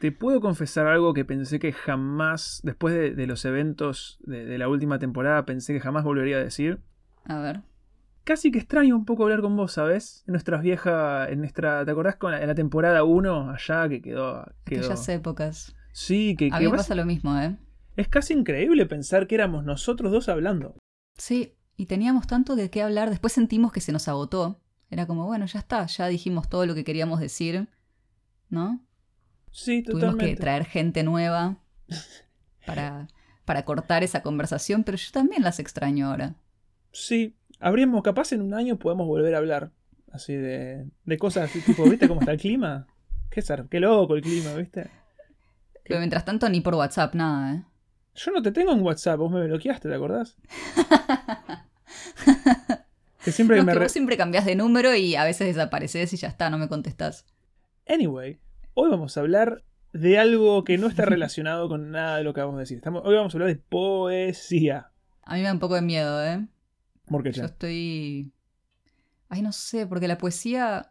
Te puedo confesar algo que pensé que jamás, después de los eventos de la última temporada, pensé que jamás volvería a decir. A ver. Casi que extraño un poco hablar con vos, ¿sabes? ¿Te acordás en la temporada 1 allá que quedó? Aquellas épocas. Sí, A mí me pasa lo mismo, ¿eh? Es casi increíble pensar que éramos nosotros dos hablando. Sí, y teníamos tanto de qué hablar. Después sentimos que se nos agotó. Era como, bueno, ya está, ya dijimos todo lo que queríamos decir, ¿no? Sí, Tuvimos que totalmente. traer gente nueva para cortar esa conversación, pero yo también las extraño ahora. Sí, capaz en un año podemos volver a hablar. Así de cosas así, tipo, ¿viste cómo está el clima? Qué loco el clima, ¿viste? Pero mientras tanto ni por WhatsApp, nada, ¿eh? Yo no te tengo en WhatsApp, vos me bloqueaste, ¿te acordás? Que siempre No, que es me... que vos siempre cambiás de número y a veces desapareces y ya está, no me contestás. Anyway, hoy vamos a hablar de algo que no está relacionado con nada de lo que vamos a decir. Hoy vamos a hablar de poesía. A mí me da un poco de miedo, ¿eh? ¿Por qué, Yo Chan? estoy... Ay, no sé, porque la poesía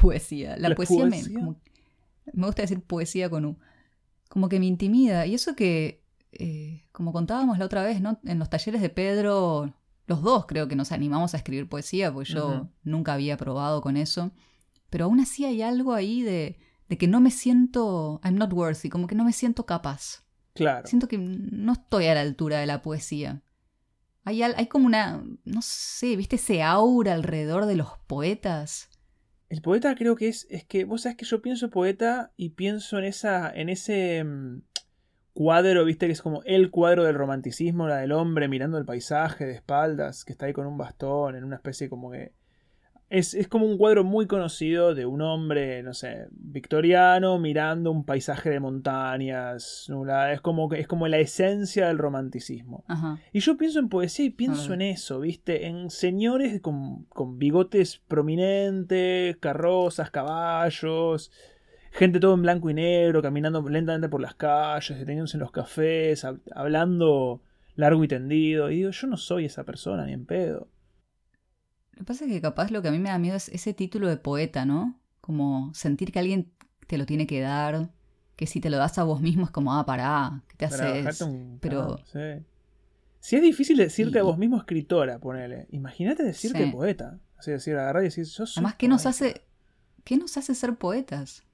me gusta decir poesía con U. Como que me intimida. Y eso que, como contábamos la otra vez, ¿no? En los talleres de Pedro, los dos creo que nos animamos a escribir poesía, porque yo nunca había probado con eso. Pero aún así hay algo ahí de que no me siento, I'm not worthy, como que no me siento capaz. Claro. Siento que no estoy a la altura de la poesía. Hay como una, no sé, ¿viste ese aura alrededor de los poetas? El poeta creo que es que vos sabés que yo pienso poeta y pienso en ese cuadro, viste, que es como el cuadro del romanticismo, la del hombre mirando el paisaje de espaldas, que está ahí con un bastón, en una especie como que... Es como un cuadro muy conocido de un hombre, no sé, victoriano, mirando un paisaje de montañas, nublada. Es como la esencia del romanticismo. Ajá. Y yo pienso en poesía y pienso en eso, ¿viste? En señores con bigotes prominentes, carrozas, caballos, gente todo en blanco y negro, caminando lentamente por las calles, deteniéndose en los cafés, hablando largo y tendido. Y digo, yo no soy esa persona, ni en pedo. Lo que pasa es que capaz lo que a mí me da miedo es ese título de poeta, ¿no? Como sentir que alguien te lo tiene que dar, que si te lo das a vos mismo es como, pará, ¿qué te Para bajarte haces? un... Pero, sí. Si es difícil decirte a y vos mismo escritora, ponele. Imagínate decirte sí. poeta. Así decir, agarrar y decir, yo soy Además, poeta. qué nos hace ser poetas?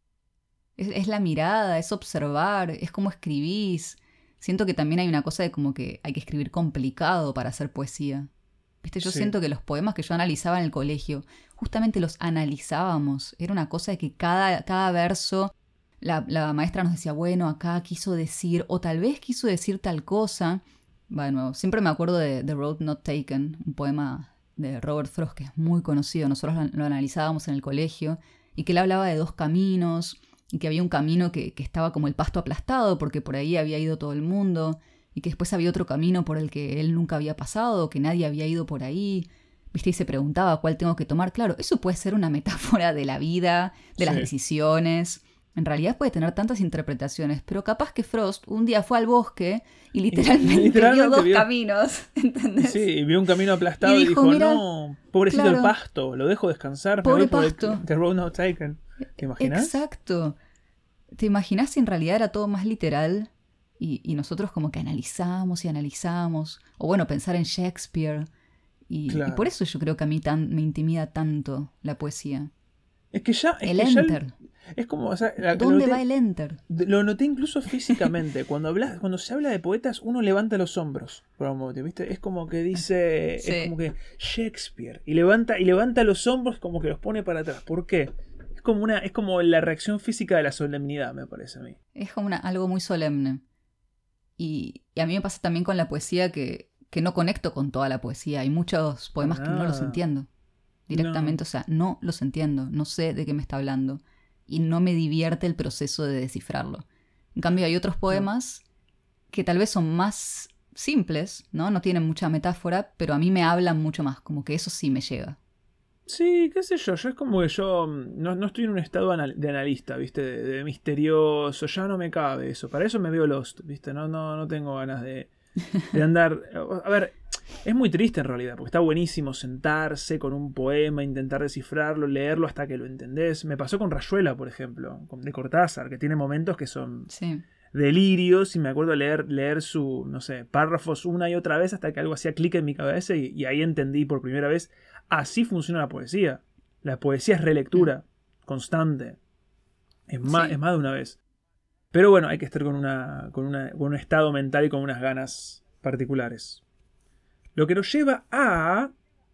Es la mirada, es observar, es cómo escribís. Siento que también hay una cosa de como que hay que escribir complicado para hacer poesía. Viste, yo Sí. siento que los poemas que yo analizaba en el colegio, justamente los analizábamos. Era una cosa de que cada verso, la maestra nos decía, bueno, acá quiso decir, o tal vez quiso decir tal cosa. Bueno, siempre me acuerdo de The Road Not Taken, un poema de Robert Frost que es muy conocido. Nosotros lo analizábamos en el colegio y que él hablaba de dos caminos y que había un camino que estaba como el pasto aplastado porque por ahí había ido todo el mundo y que después había otro camino por el que él nunca había pasado, que nadie había ido por ahí, ¿viste? Y se preguntaba cuál tengo que tomar. Claro, eso puede ser una metáfora de la vida, de las Sí. decisiones. En realidad puede tener tantas interpretaciones, pero capaz que Frost un día fue al bosque y literalmente vio dos caminos, ¿entendés? Sí, y vio un camino aplastado Y y dijo, dijo, mira, no, pobrecito el claro, pasto, lo dejo descansar, me voy pobre por pasto. The Road Not Taken. ¿Te imaginas? Exacto. ¿Te imaginas si en realidad era todo más literal? Y nosotros como que analizamos y analizamos. O bueno, pensar en Shakespeare. Y por Claro. eso yo creo que a mí me intimida tanto la poesía. Es que ya, El enter. es como, o sea, ¿Dónde va el enter? lo noté incluso físicamente. Cuando se habla de poetas, uno levanta los hombros. Por un momento, ¿viste? Es como que dice, Sí. es como que Shakespeare. Y levanta los hombros como que los pone para atrás. ¿Por qué? Es como la reacción física de la solemnidad, me parece a mí. Es como algo muy solemne. Y a mí me pasa también con la poesía que no conecto con toda la poesía. Hay muchos poemas que no los entiendo. Directamente, No. o sea, no los entiendo. No sé de qué me está hablando. Y no me divierte el proceso de descifrarlo. En cambio, hay otros poemas que tal vez son más simples, ¿no? No tienen mucha metáfora, pero a mí me hablan mucho más. Como que eso sí me llega. Sí, qué sé yo. Yo es como que yo no estoy en un estado de analista, ¿viste? De misterioso. Ya no me cabe eso. Para eso me veo Lost, ¿viste? No tengo ganas de andar. A ver, Es muy triste en realidad, porque está buenísimo sentarse con un poema, intentar descifrarlo, leerlo hasta que lo entendés. Me pasó con Rayuela, por ejemplo, de Cortázar, que tiene momentos que son Sí. delirios y me acuerdo leer su, no sé, párrafos una y otra vez hasta que algo hacía clic en mi cabeza y ahí entendí por primera vez, así funciona la poesía. La poesía es relectura, constante. Es más de una vez. Pero bueno, hay que estar con un estado mental y con unas ganas particulares. Lo que nos lleva a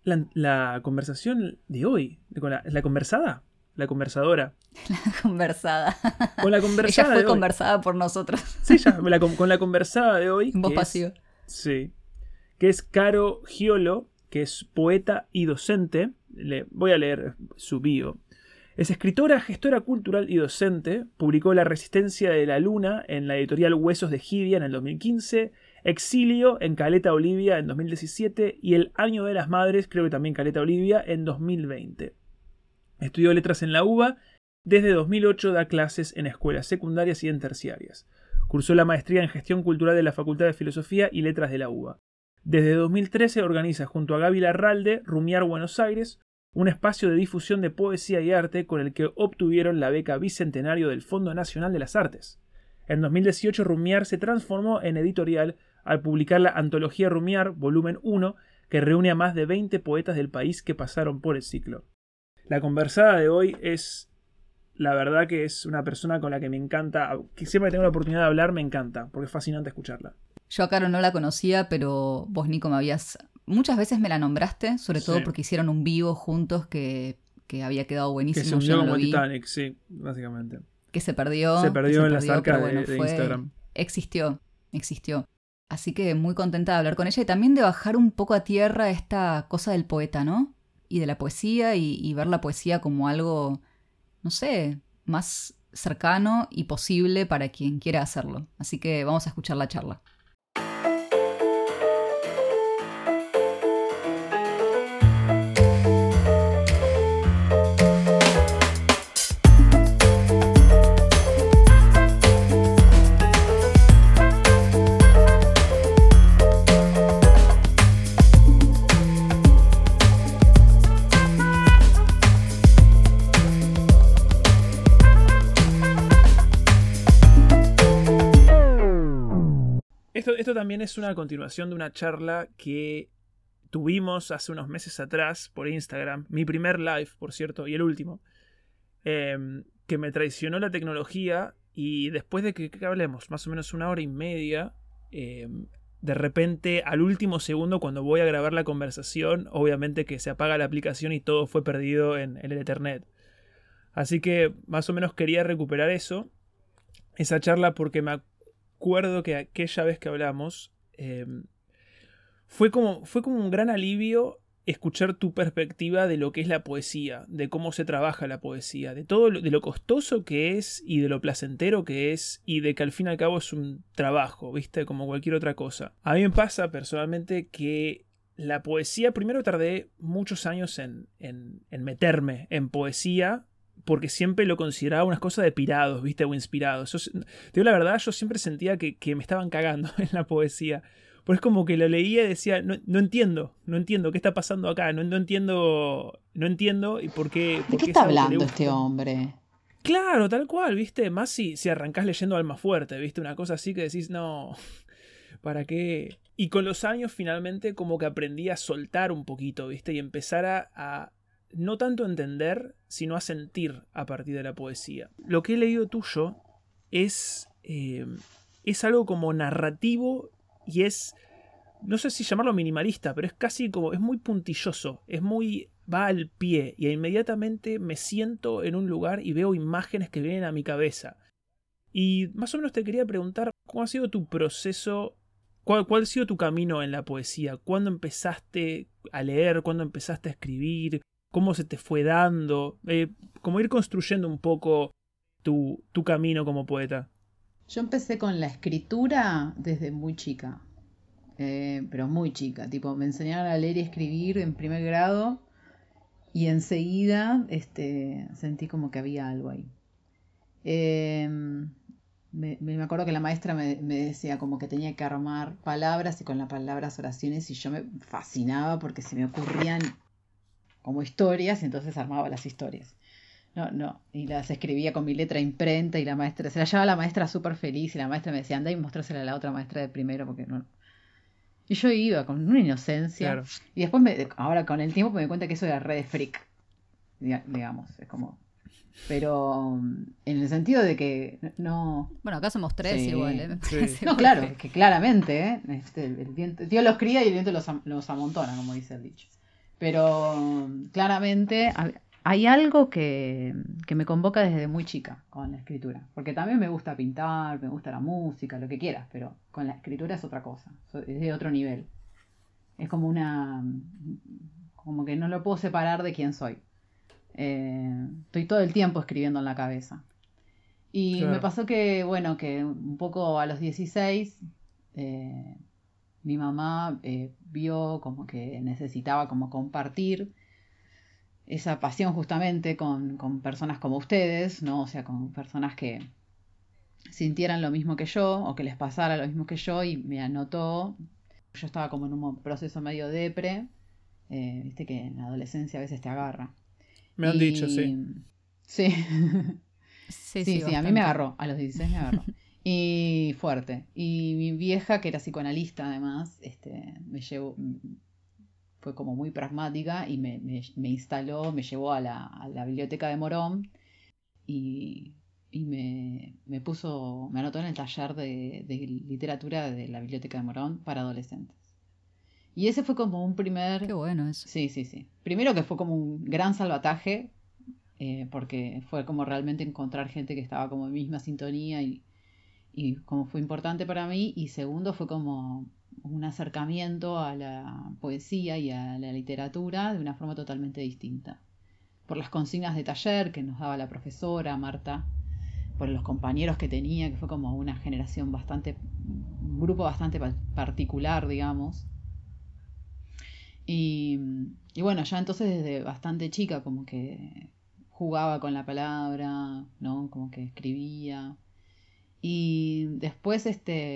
la conversación de hoy. Con la conversada. La conversadora. La conversada. Con la conversada. Ella fue conversada por nosotros. Sí, ya. Con la conversada de hoy. En voz pasiva. Sí. Que es Caro Giolo, que es poeta y docente. Voy a leer su bio. Es escritora, gestora cultural y docente. Publicó La Resistencia de la Luna en la editorial Huesos de Gidia en el 2015. Exilio en Caleta Olivia en 2017. Y El Año de las Madres, creo que también Caleta Olivia, en 2020. Estudió letras en la UBA. Desde 2008 da clases en escuelas secundarias y en terciarias. Cursó la maestría en Gestión Cultural de la Facultad de Filosofía y Letras de la UBA. Desde 2013 organiza junto a Gaby Larralde Rumiar Buenos Aires, un espacio de difusión de poesía y arte con el que obtuvieron la beca bicentenario del Fondo Nacional de las Artes. En 2018 Rumiar se transformó en editorial al publicar la Antología Rumiar, volumen 1, que reúne a más de 20 poetas del país que pasaron por el ciclo. La conversada de hoy es, la verdad que es una persona con la que me encanta, que siempre que tengo la oportunidad de hablar me encanta, porque es fascinante escucharla. Yo a Caro no la conocía, pero vos, Nico, muchas veces me la nombraste, sobre todo porque hicieron un vivo juntos que había quedado buenísimo. Que se hundió como Titanic, sí, básicamente. Que se perdió. Se perdió en las arcas de Instagram. Existió. Así que muy contenta de hablar con ella y también de bajar un poco a tierra esta cosa del poeta, ¿no? Y de la poesía y ver la poesía como algo, no sé, más cercano y posible para quien quiera hacerlo. Así que vamos a escuchar la charla. Esto también es una continuación de una charla que tuvimos hace unos meses atrás por Instagram. Mi primer live, por cierto, y el último. Que me traicionó la tecnología y después de que hablemos más o menos 1 hora y media, de repente al último segundo cuando voy a grabar la conversación, obviamente que se apaga la aplicación y todo fue perdido en el Ethernet. Así que más o menos quería recuperar esa charla porque me acuerdo que aquella vez que hablamos fue como un gran alivio escuchar tu perspectiva de lo que es la poesía, de cómo se trabaja la poesía, de todo de lo costoso que es y de lo placentero que es y de que al fin y al cabo es un trabajo, ¿viste? Como cualquier otra cosa. A mí me pasa personalmente que la poesía, primero tardé muchos años en meterme en poesía porque siempre lo consideraba una cosa de pirados, ¿viste? O inspirados. Te digo la verdad, yo siempre sentía que me estaban cagando en la poesía. Porque es como que lo leía y decía, no entiendo qué está pasando acá, no entiendo y por qué... ¿De qué está hablando este hombre? Claro, tal cual, ¿viste? Más si arrancás leyendo Almafuerte, ¿viste? Una cosa así que decís, no, ¿para qué? Y con los años finalmente como que aprendí a soltar un poquito, ¿viste? Y empezar a no tanto entender, sino a sentir a partir de la poesía. Lo que he leído tuyo es algo como narrativo y es, no sé si llamarlo minimalista, pero es casi como, es muy puntilloso, va al pie y inmediatamente me siento en un lugar y veo imágenes que vienen a mi cabeza. Y más o menos te quería preguntar, ¿cómo ha sido tu proceso? ¿Cuál ha sido tu camino en la poesía? ¿Cuándo empezaste a leer? ¿Cuándo empezaste a escribir? ¿Cómo se te fue dando? Como ir construyendo un poco tu camino como poeta. Yo empecé con la escritura desde muy chica, pero muy chica. Tipo, me enseñaron a leer y escribir en primer grado y enseguida sentí como que había algo ahí. me acuerdo que la maestra me decía como que tenía que armar palabras y con las palabras oraciones y yo me fascinaba porque se me ocurrían como historias y entonces armaba las historias. No, no, y las escribía con mi letra imprenta y la maestra, se la llevaba la maestra súper feliz y la maestra me decía, anda y mostrársela a la otra maestra de primero porque no. Y yo iba con una inocencia Claro. y después, ahora con el tiempo me di cuenta que eso era re de freak, digamos, es como... Pero en el sentido de que no... Bueno, acá somos tres Sí. igual, ¿eh? Me Sí. parece, No, porque- claro, es que claramente, ¿eh? El viento, Dios los cría y el viento los amontona, como dice el dicho. Pero claramente hay algo que me convoca desde muy chica con la escritura. Porque también me gusta pintar, me gusta la música, lo que quieras, pero con la escritura es otra cosa, es de otro nivel. Es como como que no lo puedo separar de quién soy. Estoy todo el tiempo escribiendo en la cabeza. Y me Claro. pasó que, bueno, que un poco a los 16 mi mamá vio como que necesitaba como compartir esa pasión justamente con personas como ustedes, ¿no? O sea, con personas que sintieran lo mismo que yo o que les pasara lo mismo que yo y me anotó. Yo estaba como en un proceso medio depre, viste que en la adolescencia a veces te agarra. Me han dicho, sí. Sí. Sí, Sí, sí, sí, a mí me bastante. agarró, a los 16 me agarró. Y fuerte. Y mi vieja, que era psicoanalista además, me llevó, fue como muy pragmática y me instaló, me llevó a la biblioteca de Morón y me anotó en el taller de literatura de la biblioteca de Morón para adolescentes. Y ese fue como un primer... Qué bueno eso. Sí, sí, sí. Primero que fue como un gran salvataje porque fue como realmente encontrar gente que estaba como en misma sintonía y como fue importante para mí. Y segundo fue como un acercamiento a la poesía y a la literatura de una forma totalmente distinta. Por las consignas de taller que nos daba la profesora Marta, por los compañeros que tenía, que fue como una generación bastante, un grupo bastante particular, digamos. Y, y bueno, ya entonces desde bastante chica como que jugaba con la palabra, ¿no? Como que escribía. Y después,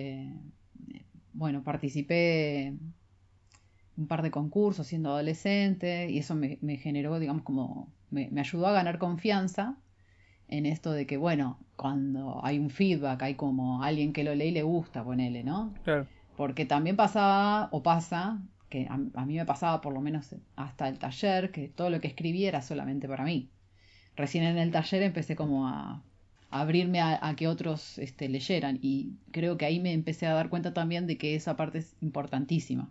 bueno, participé un par de concursos siendo adolescente y eso me generó, digamos, como, me ayudó a ganar confianza en esto de que, bueno, cuando hay un feedback, hay como alguien que lo lee y le gusta, ponele, ¿no? Claro. Porque también pasaba, o pasa, que a mí me pasaba por lo menos hasta el taller, que todo lo que escribí era solamente para mí. Recién en el taller empecé como a abrirme a que otros leyeran y creo que ahí me empecé a dar cuenta también de que esa parte es importantísima.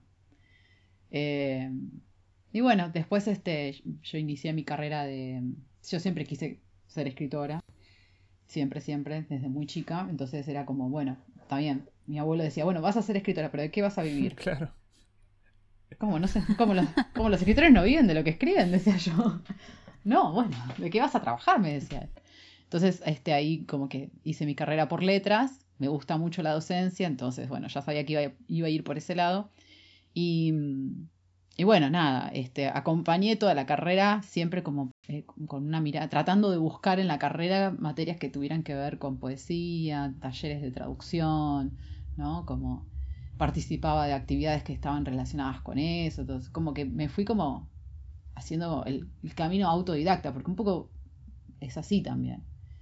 Eh, y bueno, después yo inicié mi carrera de... Yo siempre quise ser escritora, siempre, siempre, desde muy chica, entonces era como, bueno, está bien. Mi abuelo decía, bueno, vas a ser escritora, pero ¿de qué vas a vivir? Claro. ¿Cómo? No sé, ¿cómo los escritores no viven de lo que escriben? Decía yo. No, bueno, ¿de qué vas a trabajar? Me decía él. Entonces, ahí como que hice mi carrera por letras, me gusta mucho la docencia, entonces, bueno, ya sabía que iba a ir por ese lado. Y, y bueno, nada, acompañé toda la carrera siempre como con una mirada, tratando de buscar en la carrera materias que tuvieran que ver con poesía, talleres de traducción, ¿no? Como participaba de actividades que estaban relacionadas con eso, entonces como que me fui como haciendo el camino autodidacta, porque un poco es así también.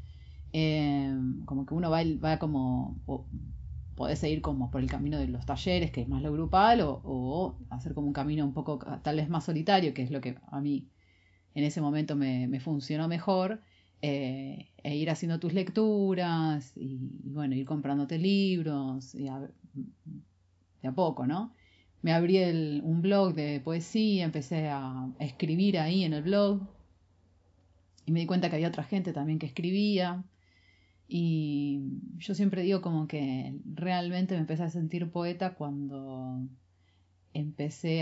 Como que uno va como... podés seguir como por el camino de los talleres, que es más lo grupal, o hacer como un camino un poco tal vez más solitario, que es lo que a mí en ese momento me funcionó mejor, e ir haciendo tus lecturas y bueno, ir comprándote libros, de a poco, ¿no? Me abrí un blog de poesía, empecé a escribir ahí en el blog y me di cuenta que había otra gente también que escribía. Y yo siempre digo como que realmente me empecé a sentir poeta cuando empecé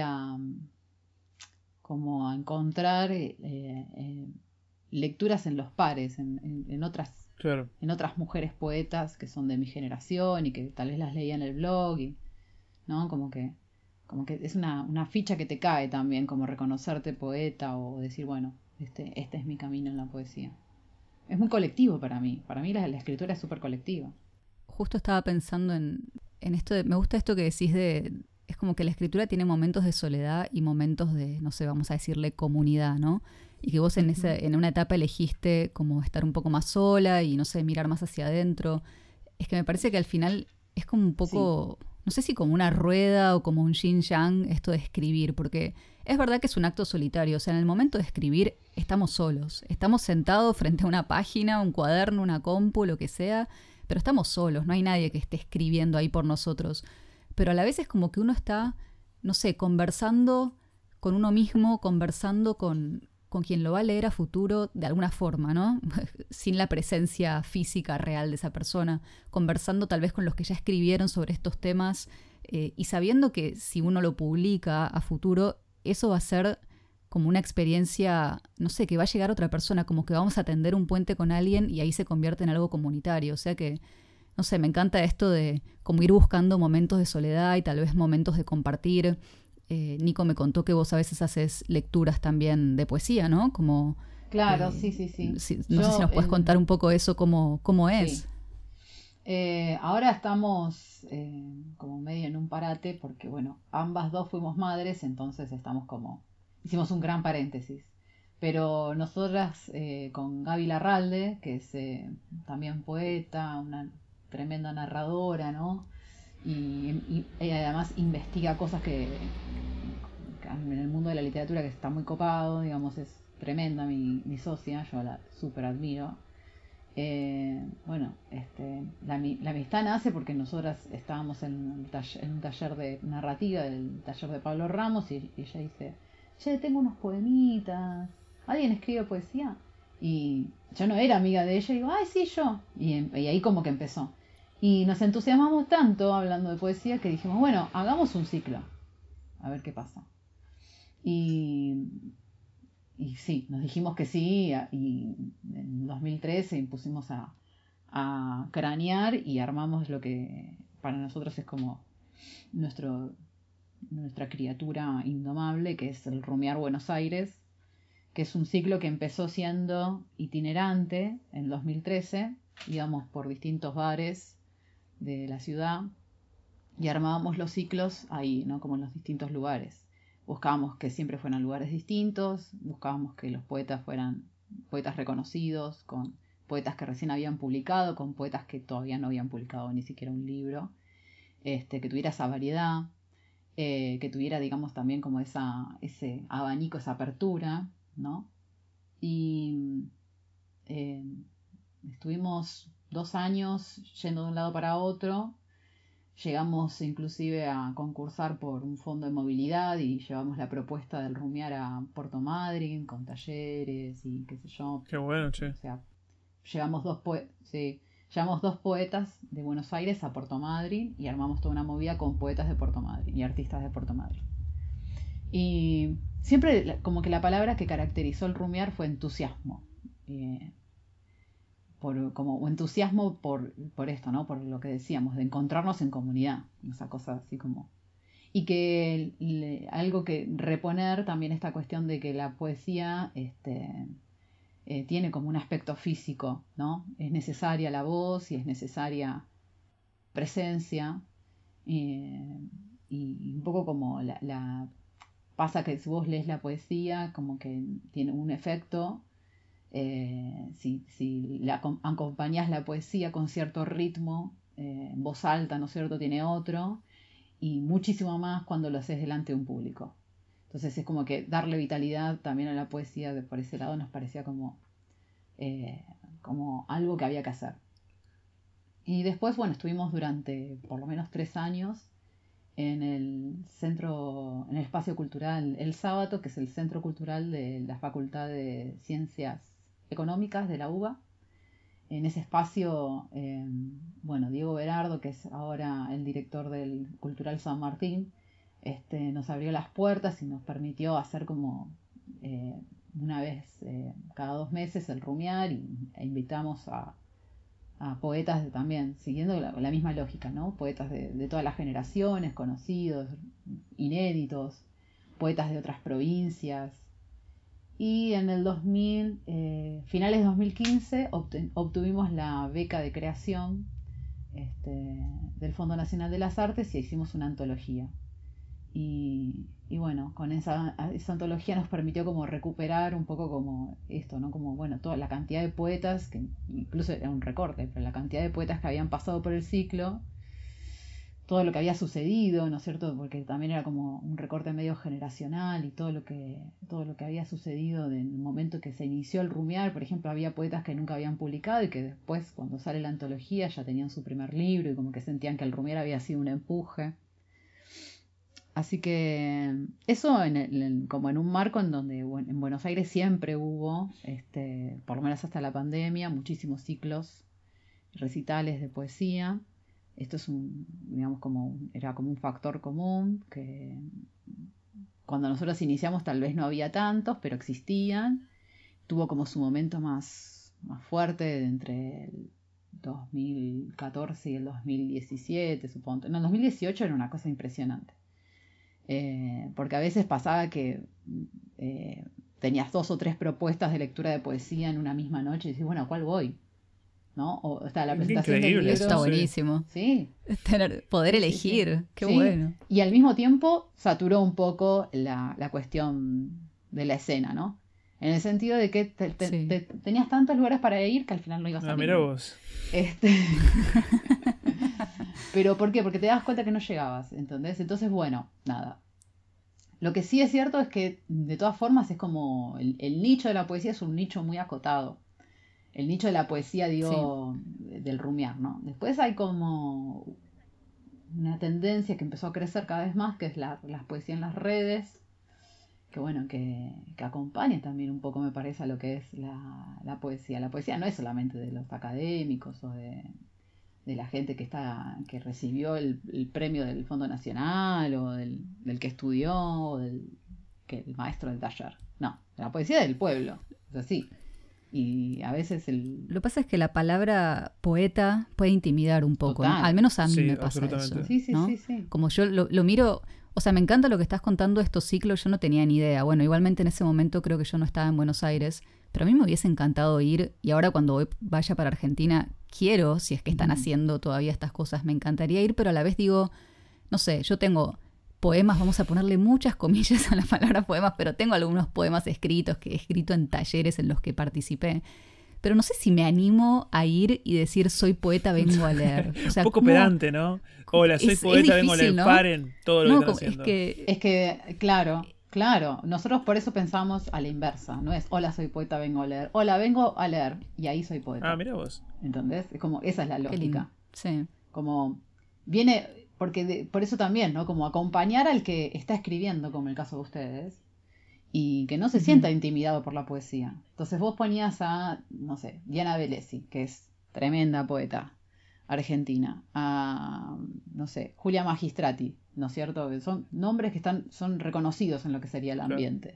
como a encontrar lecturas en los pares, Claro. en otras mujeres poetas que son de mi generación y que tal vez las leía en el blog, ¿no? Como que es una ficha que te cae también, como reconocerte poeta o decir, bueno, este es mi camino en la poesía. Es muy colectivo para mí. Para mí la escritura es súper colectiva. justo estaba pensando en esto me gusta esto que decís es como que la escritura tiene momentos de soledad y momentos de, no sé, vamos a decirle comunidad, ¿no? Y que vos en una etapa elegiste como estar un poco más sola y, no sé, mirar más hacia adentro. Es que me parece que al final es como un poco, no sé si como una rueda o como un yin-yang esto de escribir, porque es verdad que es un acto solitario. O sea, en el momento de escribir estamos solos. Estamos sentados frente a una página, un cuaderno, una compu, lo que sea, pero estamos solos. No hay nadie que esté escribiendo ahí por nosotros. Pero a la vez es como que uno está, no sé, conversando con uno mismo, conversando con quien lo va a leer a futuro de alguna forma, ¿no? Sin la presencia física real de esa persona, conversando tal vez con los que ya escribieron sobre estos temas y sabiendo que si uno lo publica a futuro, eso va a ser como una experiencia, no sé, que va a llegar a otra persona, como que vamos a tender un puente con alguien y ahí se convierte en algo comunitario. O sea que, no sé, me encanta esto de como ir buscando momentos de soledad y tal vez momentos de compartir. Nico me contó que vos a veces haces lecturas también de poesía, ¿no? Como, Claro, sí. no sé si Yo nos puedes contar un poco eso, cómo sí. es. Ahora estamos como medio en un parate porque, bueno, ambas dos fuimos madres, entonces estamos como... Hicimos un gran paréntesis. Pero nosotras con Gaby Larralde, que es también poeta, una tremenda narradora, ¿no? Y ella además investiga cosas que en el mundo de la literatura que está muy copado, digamos, es tremenda mi socia, yo la súper admiro. Bueno, la amistad nace porque nosotras estábamos en un taller de narrativa, del taller de Pablo Ramos, y ella dice, che, tengo unos poemitas, ¿alguien escribe poesía? Y yo no era amiga de ella, y digo, ay, sí, yo. Y ahí como que empezó. Y nos entusiasmamos tanto hablando de poesía que dijimos, bueno, hagamos un ciclo, a ver qué pasa. Y y sí, nos dijimos que sí, y en 2013 impusimos a cranear y armamos lo que para nosotros es como nuestro, nuestra criatura indomable, que es el Rumiar Buenos Aires, que es un ciclo que empezó siendo itinerante en 2013, íbamos por distintos bares de la ciudad y armábamos los ciclos ahí, ¿no? Como en los distintos lugares. Buscábamos que siempre fueran lugares distintos, buscábamos que los poetas fueran poetas reconocidos, con poetas que recién habían publicado, con poetas que todavía no habían publicado ni siquiera un libro, que tuviera esa variedad, que tuviera, digamos, también como ese abanico, esa apertura, ¿no? Y eh, estuvimos 2 años yendo de un lado para otro. Llegamos inclusive a concursar por un fondo de movilidad y llevamos la propuesta del Rumiar a Puerto Madryn con talleres y qué sé yo. Qué bueno, O che. sea, llevamos llevamos dos poetas de Buenos Aires a Puerto Madryn y armamos toda una movida con poetas de Puerto Madryn y artistas de Puerto Madryn. Y siempre como que la palabra que caracterizó el Rumiar fue entusiasmo. Como entusiasmo por esto, ¿no? Por lo que decíamos, de encontrarnos en comunidad, esa cosa así como... Y que algo que reponer también esta cuestión de que la poesía tiene como un aspecto físico, ¿no? Es necesaria la voz y es necesaria presencia, y un poco como pasa que si vos lees la poesía, como que tiene un efecto. Si acompañas la poesía con cierto ritmo, en voz alta, ¿no es cierto?, tiene otro, y muchísimo más cuando lo haces delante de un público. Entonces es como que darle vitalidad también a la poesía por ese lado nos parecía como algo que había que hacer. Y después, bueno, estuvimos durante por lo menos 3 años en el espacio cultural El Sábato, que es el centro cultural de la Facultad de Ciencias Económicas de la UBA. En ese espacio, bueno, Diego Berardo, que es ahora el director del Cultural San Martín, nos abrió las puertas y nos permitió hacer como una vez cada 2 meses el Rumiar, e invitamos a poetas también, siguiendo la misma lógica, ¿no? Poetas de todas las generaciones, conocidos, inéditos, poetas de otras provincias. Y en el finales de 2015 obtuvimos la beca de creación del Fondo Nacional de las Artes y hicimos una antología. Y bueno, con esa antología nos permitió como recuperar un poco como esto, ¿no? Como, bueno, toda la cantidad de poetas, que incluso era un recorte, pero la cantidad de poetas que habían pasado por el ciclo, todo lo que había sucedido, ¿no es cierto? Porque también era como un recorte medio generacional y todo lo que había sucedido en el momento que se inició el rumiar. Por ejemplo, había poetas que nunca habían publicado y que después, cuando sale la antología, ya tenían su primer libro y como que sentían que el rumiar había sido un empuje. Así que eso como en un marco en donde en Buenos Aires siempre hubo, por lo menos hasta la pandemia, muchísimos ciclos, recitales de poesía. Esto es digamos, era como un factor común que cuando nosotros iniciamos tal vez no había tantos, pero existían. Tuvo como su momento más fuerte entre el 2014 y el 2017, supongo. No, el 2018 era una cosa impresionante. Porque a veces pasaba que tenías 2 o 3 propuestas de lectura de poesía en una misma noche y decís, bueno, ¿a cuál voy? ¿No? O está la presentación del libro. Está buenísimo. Sí. Poder elegir, sí. Qué bueno. Y al mismo tiempo saturó un poco la cuestión de la escena, ¿no? En el sentido de que tenías tantos lugares para ir que al final no ibas a ir. Mirá vos. Pero ¿por qué? Porque te das cuenta que no llegabas, ¿entendés? Entonces, bueno, nada. Lo que sí es cierto es que, de todas formas, es como el nicho de la poesía es un nicho muy acotado. El nicho de la poesía, digo, del rumiar, ¿no? Después hay como una tendencia que empezó a crecer cada vez más, que es la poesía en las redes, que bueno, que acompaña también un poco, me parece, a lo que es la poesía. La poesía no es solamente de los académicos o de la gente que recibió el premio del Fondo Nacional o del que estudió o el maestro del taller. No, la poesía del pueblo, es así. Y a veces Lo que pasa es que la palabra poeta puede intimidar un poco, ¿no? Al menos a mí me pasa eso. Sí, ¿no? Sí. Como yo lo miro, o sea, me encanta lo que estás contando de estos ciclos, yo no tenía ni idea. Bueno, igualmente en ese momento creo que yo no estaba en Buenos Aires, pero a mí me hubiese encantado ir, y ahora cuando vaya para Argentina, quiero, si es que están haciendo todavía estas cosas, me encantaría ir, pero a la vez digo, no sé, yo tengo poemas, vamos a ponerle muchas comillas a la palabra poemas, pero tengo algunos poemas escritos que he escrito en talleres en los que participé. Pero no sé si me animo a ir y decir soy poeta, vengo a leer. O sea, un poco pedante, ¿no? Hola, soy poeta, vengo a leer, ¿no? Paren todo lo que están haciendo. Es que, claro, nosotros por eso pensamos a la inversa. No es hola, soy poeta, vengo a leer. Hola, vengo a leer y ahí soy poeta. Ah, mira vos. ¿Entendés? Es como, esa es la lógica. Sí. Como viene, porque por eso también, ¿no? Como acompañar al que está escribiendo, como el caso de ustedes, y que no se sienta intimidado por la poesía. Entonces vos ponías a, no sé, Diana Velesi, que es tremenda poeta argentina, a, no sé, Julia Magistrati, ¿no es cierto? Que son nombres que son reconocidos en lo que sería el ambiente.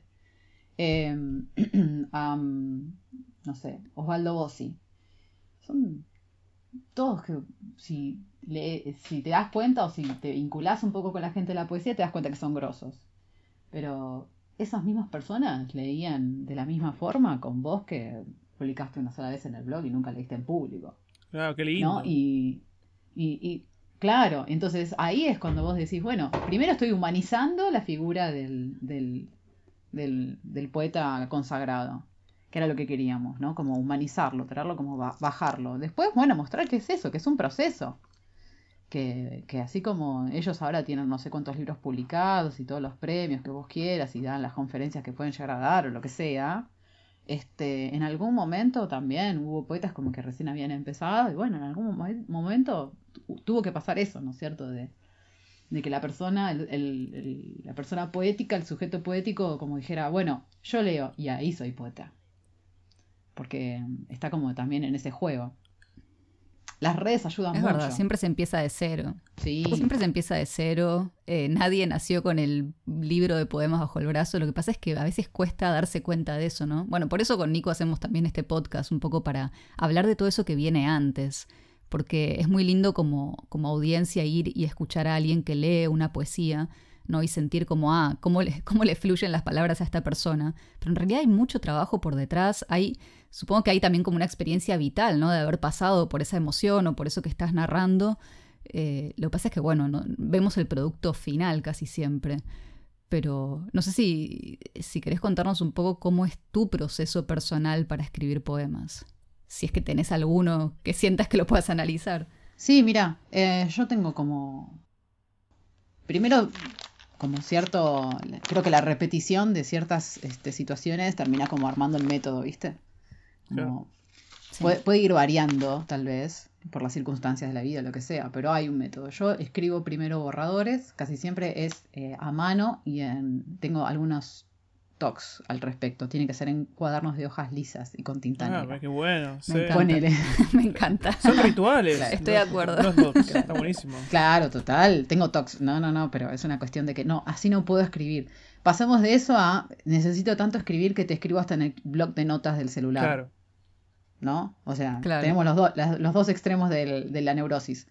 No sé, Osvaldo Bossi. Son todos que si te das cuenta o si te vinculás un poco con la gente de la poesía, te das cuenta que son grosos. Pero esas mismas personas leían de la misma forma con vos que publicaste una sola vez en el blog y nunca leíste en público. Claro, qué lindo. ¿No? Y claro, entonces ahí es cuando vos decís, bueno, primero estoy humanizando la figura del poeta consagrado, que era lo que queríamos, ¿no? Como humanizarlo, traerlo como bajarlo. Después, bueno, mostrar que es eso, que es un proceso. Que así como ellos ahora tienen no sé cuántos libros publicados y todos los premios que vos quieras y dan las conferencias que pueden llegar a dar o lo que sea, en algún momento también hubo poetas como que recién habían empezado y bueno, en algún momento tuvo que pasar eso, ¿no es cierto? De que la persona, la persona poética, el sujeto poético, como dijera, bueno, yo leo y ahí soy poeta. Porque está como también en ese juego. Las redes ayudan mucho. Es verdad, siempre se empieza de cero. Sí. Siempre se empieza de cero. Nadie nació con el libro de poemas bajo el brazo. Lo que pasa es que a veces cuesta darse cuenta de eso, ¿no? Bueno, por eso con Nico hacemos también este podcast, un poco para hablar de todo eso que viene antes. Porque es muy lindo como audiencia ir y escuchar a alguien que lee una poesía, ¿no? Y sentir como, cómo le fluyen las palabras a esta persona. Pero en realidad hay mucho trabajo por detrás. Supongo que hay también como una experiencia vital, ¿no? De haber pasado por esa emoción o por eso que estás narrando. Lo que pasa es que, bueno, vemos el producto final casi siempre. Pero no sé si querés contarnos un poco cómo es tu proceso personal para escribir poemas. Si es que tenés alguno que sientas que lo puedas analizar. Sí, mira, yo tengo primero, como cierto, creo que la repetición de ciertas situaciones termina como armando el método, ¿viste? Como, sí. Puede ir variando, tal vez, por las circunstancias de la vida, lo que sea, pero hay un método. Yo escribo primero borradores, casi siempre es a mano y tengo algunos tocs al respecto. Tiene que ser en cuadernos de hojas lisas y con tinta negra. Qué bueno. Me encanta. Son rituales. Claro, estoy de acuerdo. No es tocs, está buenísimo. Claro, total. Tengo tocs. No, pero es una cuestión de que no, así no puedo escribir. Pasamos de eso a necesito tanto escribir que te escribo hasta en el blog de notas del celular. Claro. ¿No? O sea, claro. Tenemos los dos extremos de la neurosis.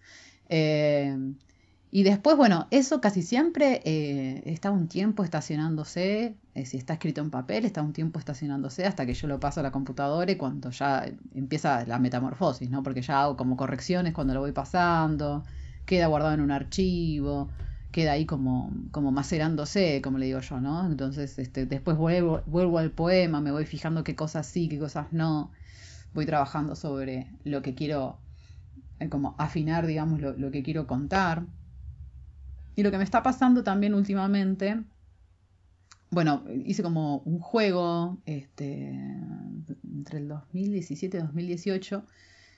Y después, bueno, eso casi siempre está un tiempo estacionándose. Si está escrito en papel, está un tiempo estacionándose hasta que yo lo paso a la computadora y cuando ya empieza la metamorfosis, ¿no? Porque ya hago como correcciones cuando lo voy pasando, queda guardado en un archivo, queda ahí como macerándose, como le digo yo, ¿no? Entonces, después vuelvo al poema, me voy fijando qué cosas sí, qué cosas no. Voy trabajando sobre lo que quiero, como afinar, digamos, lo que quiero contar. Y lo que me está pasando también últimamente, bueno, hice como un juego entre el 2017 y 2018.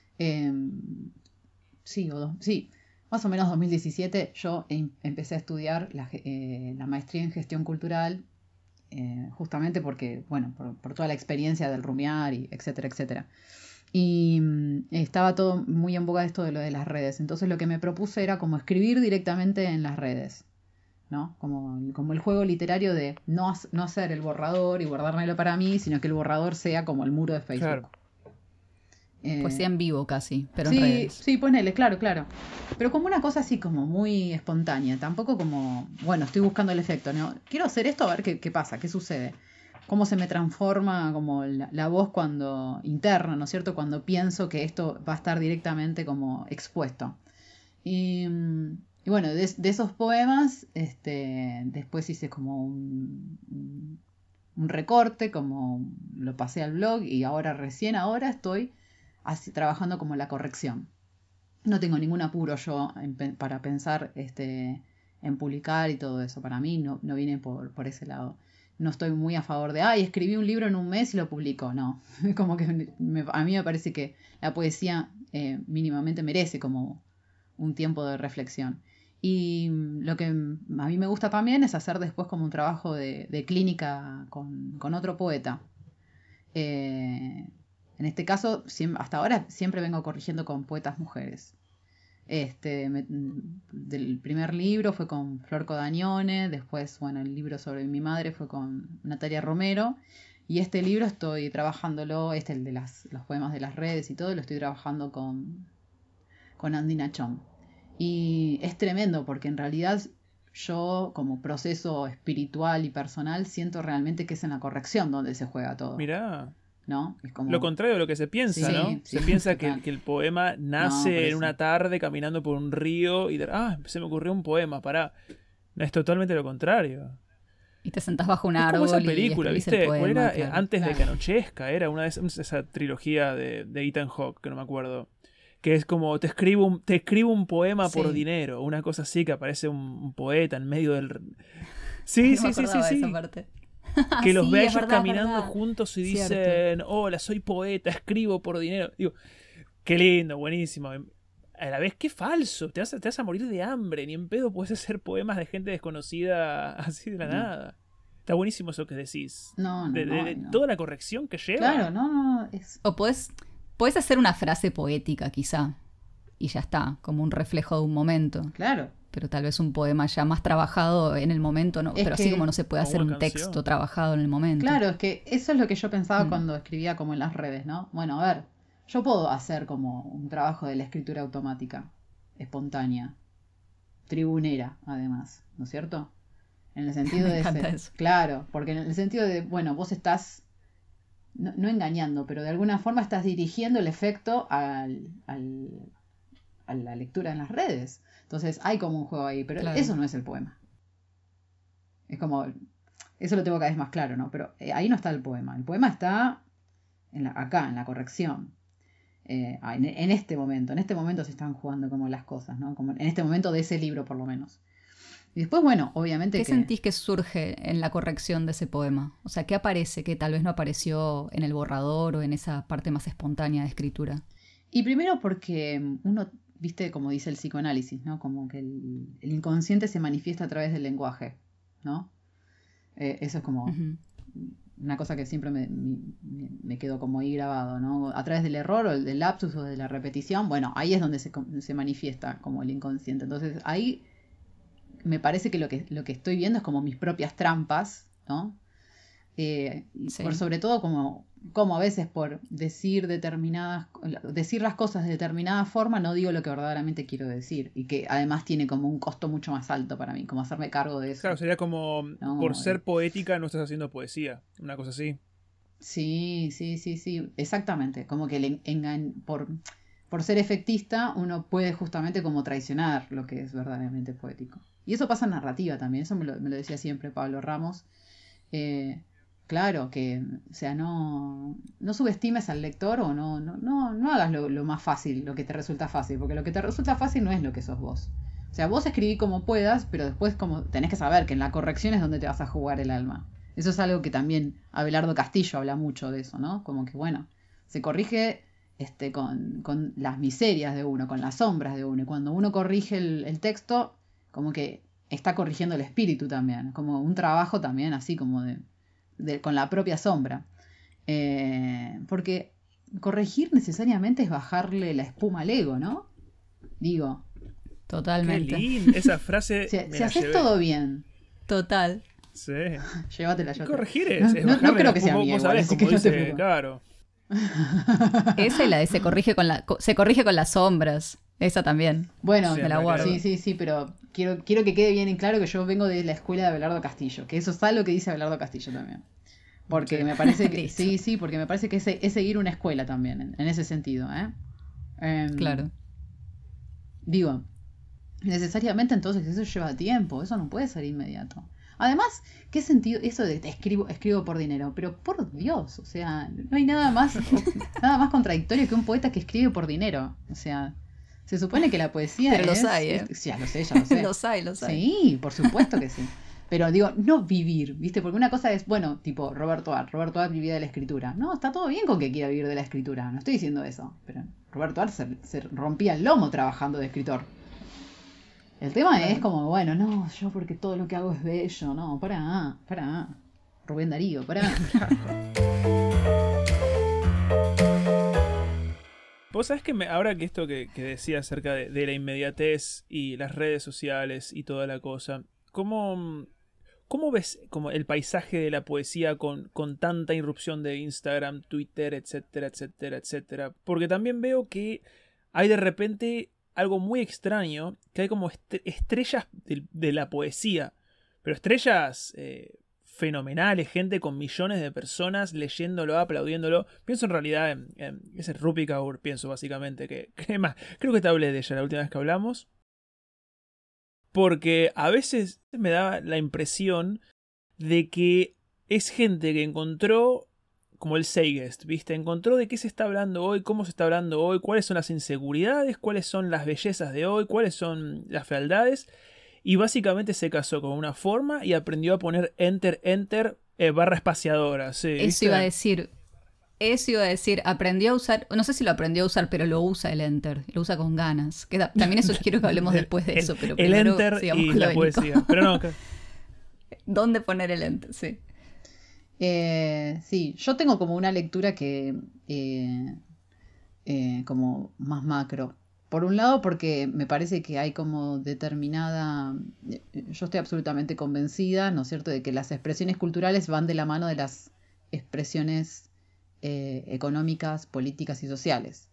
Sí, más o menos 2017 yo empecé a estudiar la maestría en gestión cultural, justamente porque, bueno, por toda la experiencia del rumiar y etcétera, etcétera. Y estaba todo muy en boga esto de lo de las redes. Entonces lo que me propuse era como escribir directamente en las redes, ¿no? Como el juego literario de no hacer el borrador y guardármelo para mí, sino que el borrador sea como el muro de Facebook. Claro. Poesía en vivo casi, pero sí, en redes. Sí, ponele, claro. Pero como una cosa así como muy espontánea, tampoco como, bueno, estoy buscando el efecto, ¿no? Quiero hacer esto a ver qué pasa, qué sucede. Cómo se me transforma como la voz cuando interna, ¿no es cierto? Cuando pienso que esto va a estar directamente como expuesto. Y bueno, de esos poemas, después hice como un recorte, como lo pasé al blog y recién ahora estoy trabajando como la corrección. No tengo ningún apuro yo para pensar en publicar y todo eso. Para mí no viene por ese lado. No estoy muy a favor de, escribí un libro en un mes y lo publico. No, como que a mí me parece que la poesía mínimamente merece como un tiempo de reflexión. Y lo que a mí me gusta también es hacer después como un trabajo de clínica con otro poeta. En este caso, hasta ahora siempre vengo corrigiendo con poetas mujeres. Del primer libro fue con Flor Codañone, después, bueno, el libro sobre mi madre fue con Natalia Romero, y este libro estoy trabajándolo, el de los poemas de las redes y todo, lo estoy trabajando con Andy Nachón. Y es tremendo porque en realidad yo, como proceso espiritual y personal, siento realmente que es en la corrección donde se juega todo. Mirá. ¿No? Es como... Lo contrario de lo que se piensa, sí, ¿no? Sí, se piensa que el poema nace en una eso. tarde caminando por un río y se me ocurrió un poema, pará. Es totalmente lo contrario. Y te sentás bajo un es árbol como esa película, y ¿viste? el poema, era claro. antes de que anochezca, era esa trilogía de Ethan Hawke, que no me acuerdo. Que es como te escribo un poema por dinero, una cosa así, que aparece un poeta en medio del... Sí. Esa parte. Que los ve a ellos verdad, caminando juntos y dicen, hola, soy poeta, escribo por dinero. Digo, qué lindo, buenísimo. A la vez, qué falso, te vas a morir de hambre, ni en pedo puedes hacer poemas de gente desconocida así de la nada. Está buenísimo eso que decís. No. Toda la corrección que lleva. Claro, no. O podés hacer una frase poética, quizá, y ya está, como un reflejo de un momento. Claro. Pero tal vez un poema ya más trabajado en el momento, ¿no? Pero así como no se puede hacer un texto trabajado en el momento. Claro, es que eso es lo que yo pensaba cuando escribía como en las redes, ¿no? Bueno, a ver, yo puedo hacer como un trabajo de la escritura automática, espontánea, tribunera, además, ¿no es cierto? En el sentido Me de encanta eso. Claro, porque en el sentido de, bueno, vos estás, no engañando, pero de alguna forma estás dirigiendo el efecto al a la lectura en las redes. Entonces hay como un juego ahí, pero Claro. eso no es el poema. Es como, eso lo tengo cada vez más claro, ¿no? Pero ahí no está el poema. El poema está acá, en la corrección. En este momento se están jugando como las cosas, ¿no? Como en este momento de ese libro, por lo menos. Y después, bueno, obviamente ¿Qué sentís que surge en la corrección de ese poema? O sea, ¿qué aparece que tal vez no apareció en el borrador o en esa parte más espontánea de escritura? Y primero porque uno, viste, como dice el psicoanálisis, ¿no? Como que el inconsciente se manifiesta a través del lenguaje, ¿no? Eso es como Ujú. una cosa que siempre me quedó como ahí grabado, ¿no? A través del error o del lapsus o de la repetición, bueno, ahí es donde se manifiesta como el inconsciente. Entonces ahí me parece que lo que estoy viendo es como mis propias trampas, ¿no? Y Sí. sobre todo como a veces por decir las cosas de determinada forma no digo lo que verdaderamente quiero decir y que además tiene como un costo mucho más alto para mí, como hacerme cargo de eso. Claro, sería como, No, por ser poética no estás haciendo poesía, una cosa así. sí, exactamente, como que por ser efectista uno puede justamente como traicionar lo que es verdaderamente poético. Y eso pasa en narrativa también, eso me lo decía siempre Pablo Ramos. Claro, que, o sea, no subestimes al lector o no hagas lo más fácil, lo que te resulta fácil, porque lo que te resulta fácil no es lo que sos vos. O sea, vos escribí como puedas, pero después como tenés que saber que en la corrección es donde te vas a jugar el alma. Eso es algo que también Abelardo Castillo habla mucho de eso, ¿no? Como que, bueno, se corrige con las miserias de uno, con las sombras de uno. Y cuando uno corrige el texto, como que está corrigiendo el espíritu también. Como un trabajo también así como con la propia sombra. Porque corregir necesariamente es bajarle la espuma al ego, ¿no? Digo, Qué Totalmente. linda esa frase. si me la haces llevé. todo bien, Total. Sí. llévatela, Y llévatela. corregir es No bajarle creo la que sea espuma, mía vos igual, sabés, así como que no te dice, preocupes. claro. Esa y la de se corrige con las sombras. Esa también. Bueno, Sí, Me la guardo. sí, pero quiero que quede bien en claro que yo vengo de la escuela de Abelardo Castillo, que eso es algo que dice Abelardo Castillo también. Porque Sí. me parece que, Listo. sí, porque me parece que es seguir una escuela también, en ese sentido, ¿eh? Claro. Digo, necesariamente entonces eso lleva tiempo, eso no puede ser inmediato. Además, ¿qué sentido eso de escribo por dinero? Pero por Dios, o sea, no hay nada más contradictorio que un poeta que escribe por dinero. O sea, se supone que la poesía Pero los hay, ¿eh? Sí, ya lo sé, ya lo sé. Los hay. Sí, por supuesto que sí. Pero digo, no vivir, ¿viste? Porque una cosa es, bueno, tipo Roberto Art. Roberto Art vivía de la escritura. No, está todo bien con que quiera vivir de la escritura. No estoy diciendo eso. Pero Roberto Art se rompía el lomo trabajando de escritor. El tema es como, bueno, no, yo porque todo lo que hago es bello. No, para. Rubén Darío, para. Vos sabés que ahora que esto que decía acerca de la inmediatez y las redes sociales y toda la cosa, ¿cómo ves como el paisaje de la poesía con tanta irrupción de Instagram, Twitter, etcétera, etcétera, etcétera? Porque también veo que hay de repente algo muy extraño, que hay como estrellas de la poesía, pero estrellas fenomenales, gente con millones de personas leyéndolo, aplaudiéndolo. Pienso en realidad en ese Rupi Kaur, pienso básicamente, creo que te hablé de ella la última vez que hablamos. Porque a veces me da la impresión de que es gente que encontró, como el Zeitgeist, ¿viste? Encontró de qué se está hablando hoy, cómo se está hablando hoy, cuáles son las inseguridades, cuáles son las bellezas de hoy, cuáles son las fealdades. Y básicamente se casó con una forma y aprendió a poner enter, barra espaciadora. Sí, Eso ¿viste? iba a decir, aprendió a usar, no sé si lo aprendió a usar, pero lo usa el enter, lo usa con ganas. También eso quiero que hablemos después de eso, pero el primero enter sigamos y con lo la bélico. poesía. Pero no, ¿Dónde poner el enter? Sí. Sí, yo tengo como una lectura que como más macro. Por un lado, porque me parece que hay como determinada. Yo estoy absolutamente convencida, ¿no es cierto?, de que las expresiones culturales van de la mano de las expresiones económicas, políticas y sociales.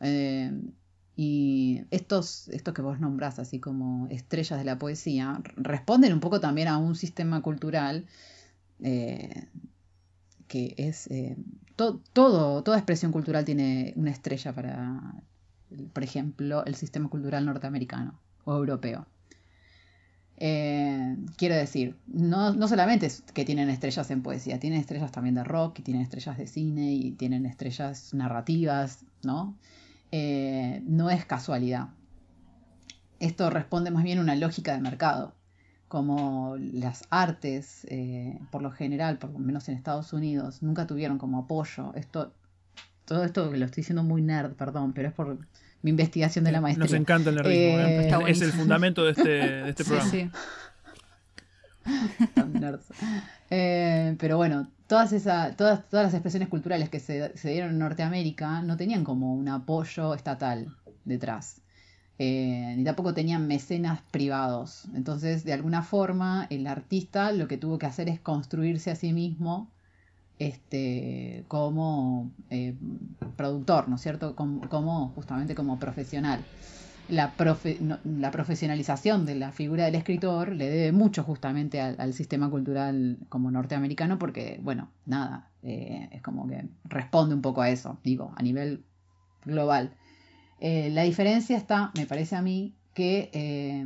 Y estos que vos nombrás, así como estrellas de la poesía, responden un poco también a un sistema cultural que es. Toda expresión cultural tiene una estrella por ejemplo, el sistema cultural norteamericano o europeo. Quiero decir, no solamente es que tienen estrellas en poesía, tienen estrellas también de rock, y tienen estrellas de cine, y tienen estrellas narrativas, ¿no? No es casualidad. Esto responde más bien a una lógica de mercado. Como las artes, por lo general, por lo menos en Estados Unidos, nunca tuvieron como apoyo. Todo esto lo estoy diciendo muy nerd, perdón, pero es por mi investigación de la maestría. Nos encanta el nerdismo, es el fundamento de este programa. Sí. Tan nerds. Pero bueno, todas las expresiones culturales que se dieron en Norteamérica no tenían como un apoyo estatal detrás. Ni tampoco tenían mecenas privados. Entonces, de alguna forma, el artista lo que tuvo que hacer es construirse a sí mismo como productor, ¿no es cierto? Justamente como profesional. La profesionalización de la figura del escritor le debe mucho justamente al sistema cultural como norteamericano, porque, bueno, nada, es como que responde un poco a eso, digo, a nivel global. La diferencia está, me parece a mí, que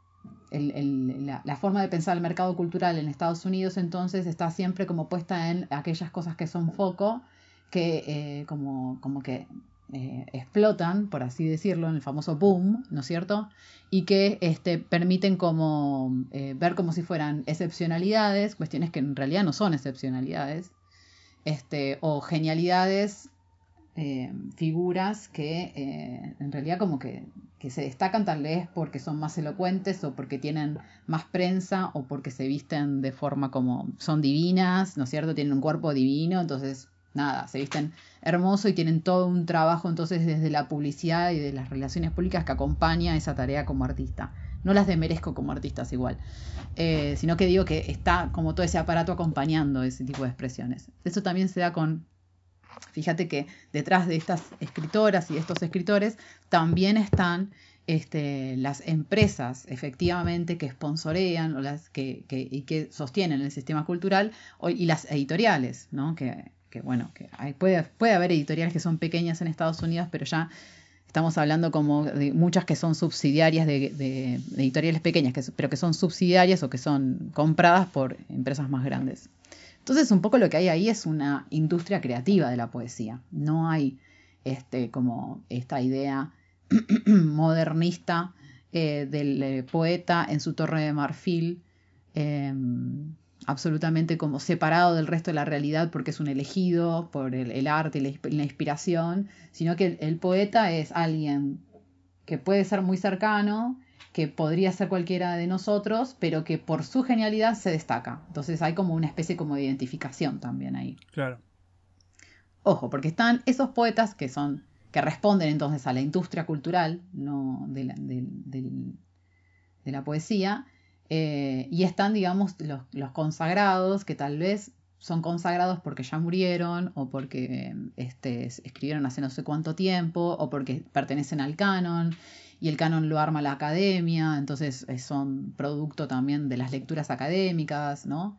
la forma de pensar el mercado cultural en Estados Unidos entonces está siempre como puesta en aquellas cosas que son foco, que como que explotan, por así decirlo, en el famoso boom, ¿no es cierto? Y que permiten como ver como si fueran excepcionalidades, cuestiones que en realidad no son excepcionalidades, o genialidades, figuras que en realidad como que se destacan tal vez porque son más elocuentes o porque tienen más prensa o porque se visten de forma como son divinas, ¿no es cierto? Tienen un cuerpo divino, entonces nada, se visten hermoso y tienen todo un trabajo entonces desde la publicidad y de las relaciones públicas que acompaña esa tarea como artista. No las demerezco como artistas igual, sino que digo que está como todo ese aparato acompañando ese tipo de expresiones. Eso también se da con... Fíjate que detrás de estas escritoras y estos escritores también están las empresas efectivamente que sponsorean o las que sostienen el sistema cultural y las editoriales, ¿no? Que puede haber editoriales que son pequeñas en Estados Unidos, pero ya estamos hablando como de muchas que son subsidiarias de editoriales pequeñas, pero que son subsidiarias o que son compradas por empresas más grandes. Entonces, un poco lo que hay ahí es una industria creativa de la poesía. No hay como esta idea modernista del poeta en su torre de marfil, absolutamente como separado del resto de la realidad porque es un elegido por el arte y la inspiración, sino que el poeta es alguien que puede ser muy cercano, que podría ser cualquiera de nosotros, pero que por su genialidad se destaca. Entonces hay como una especie como de identificación también ahí. Claro. Ojo, porque están esos poetas que responden entonces a la industria cultural, no de la poesía, y están, digamos, los consagrados, que tal vez son consagrados porque ya murieron, o porque escribieron hace no sé cuánto tiempo, o porque pertenecen al canon, y el canon lo arma la academia, entonces son producto también de las lecturas académicas, ¿no?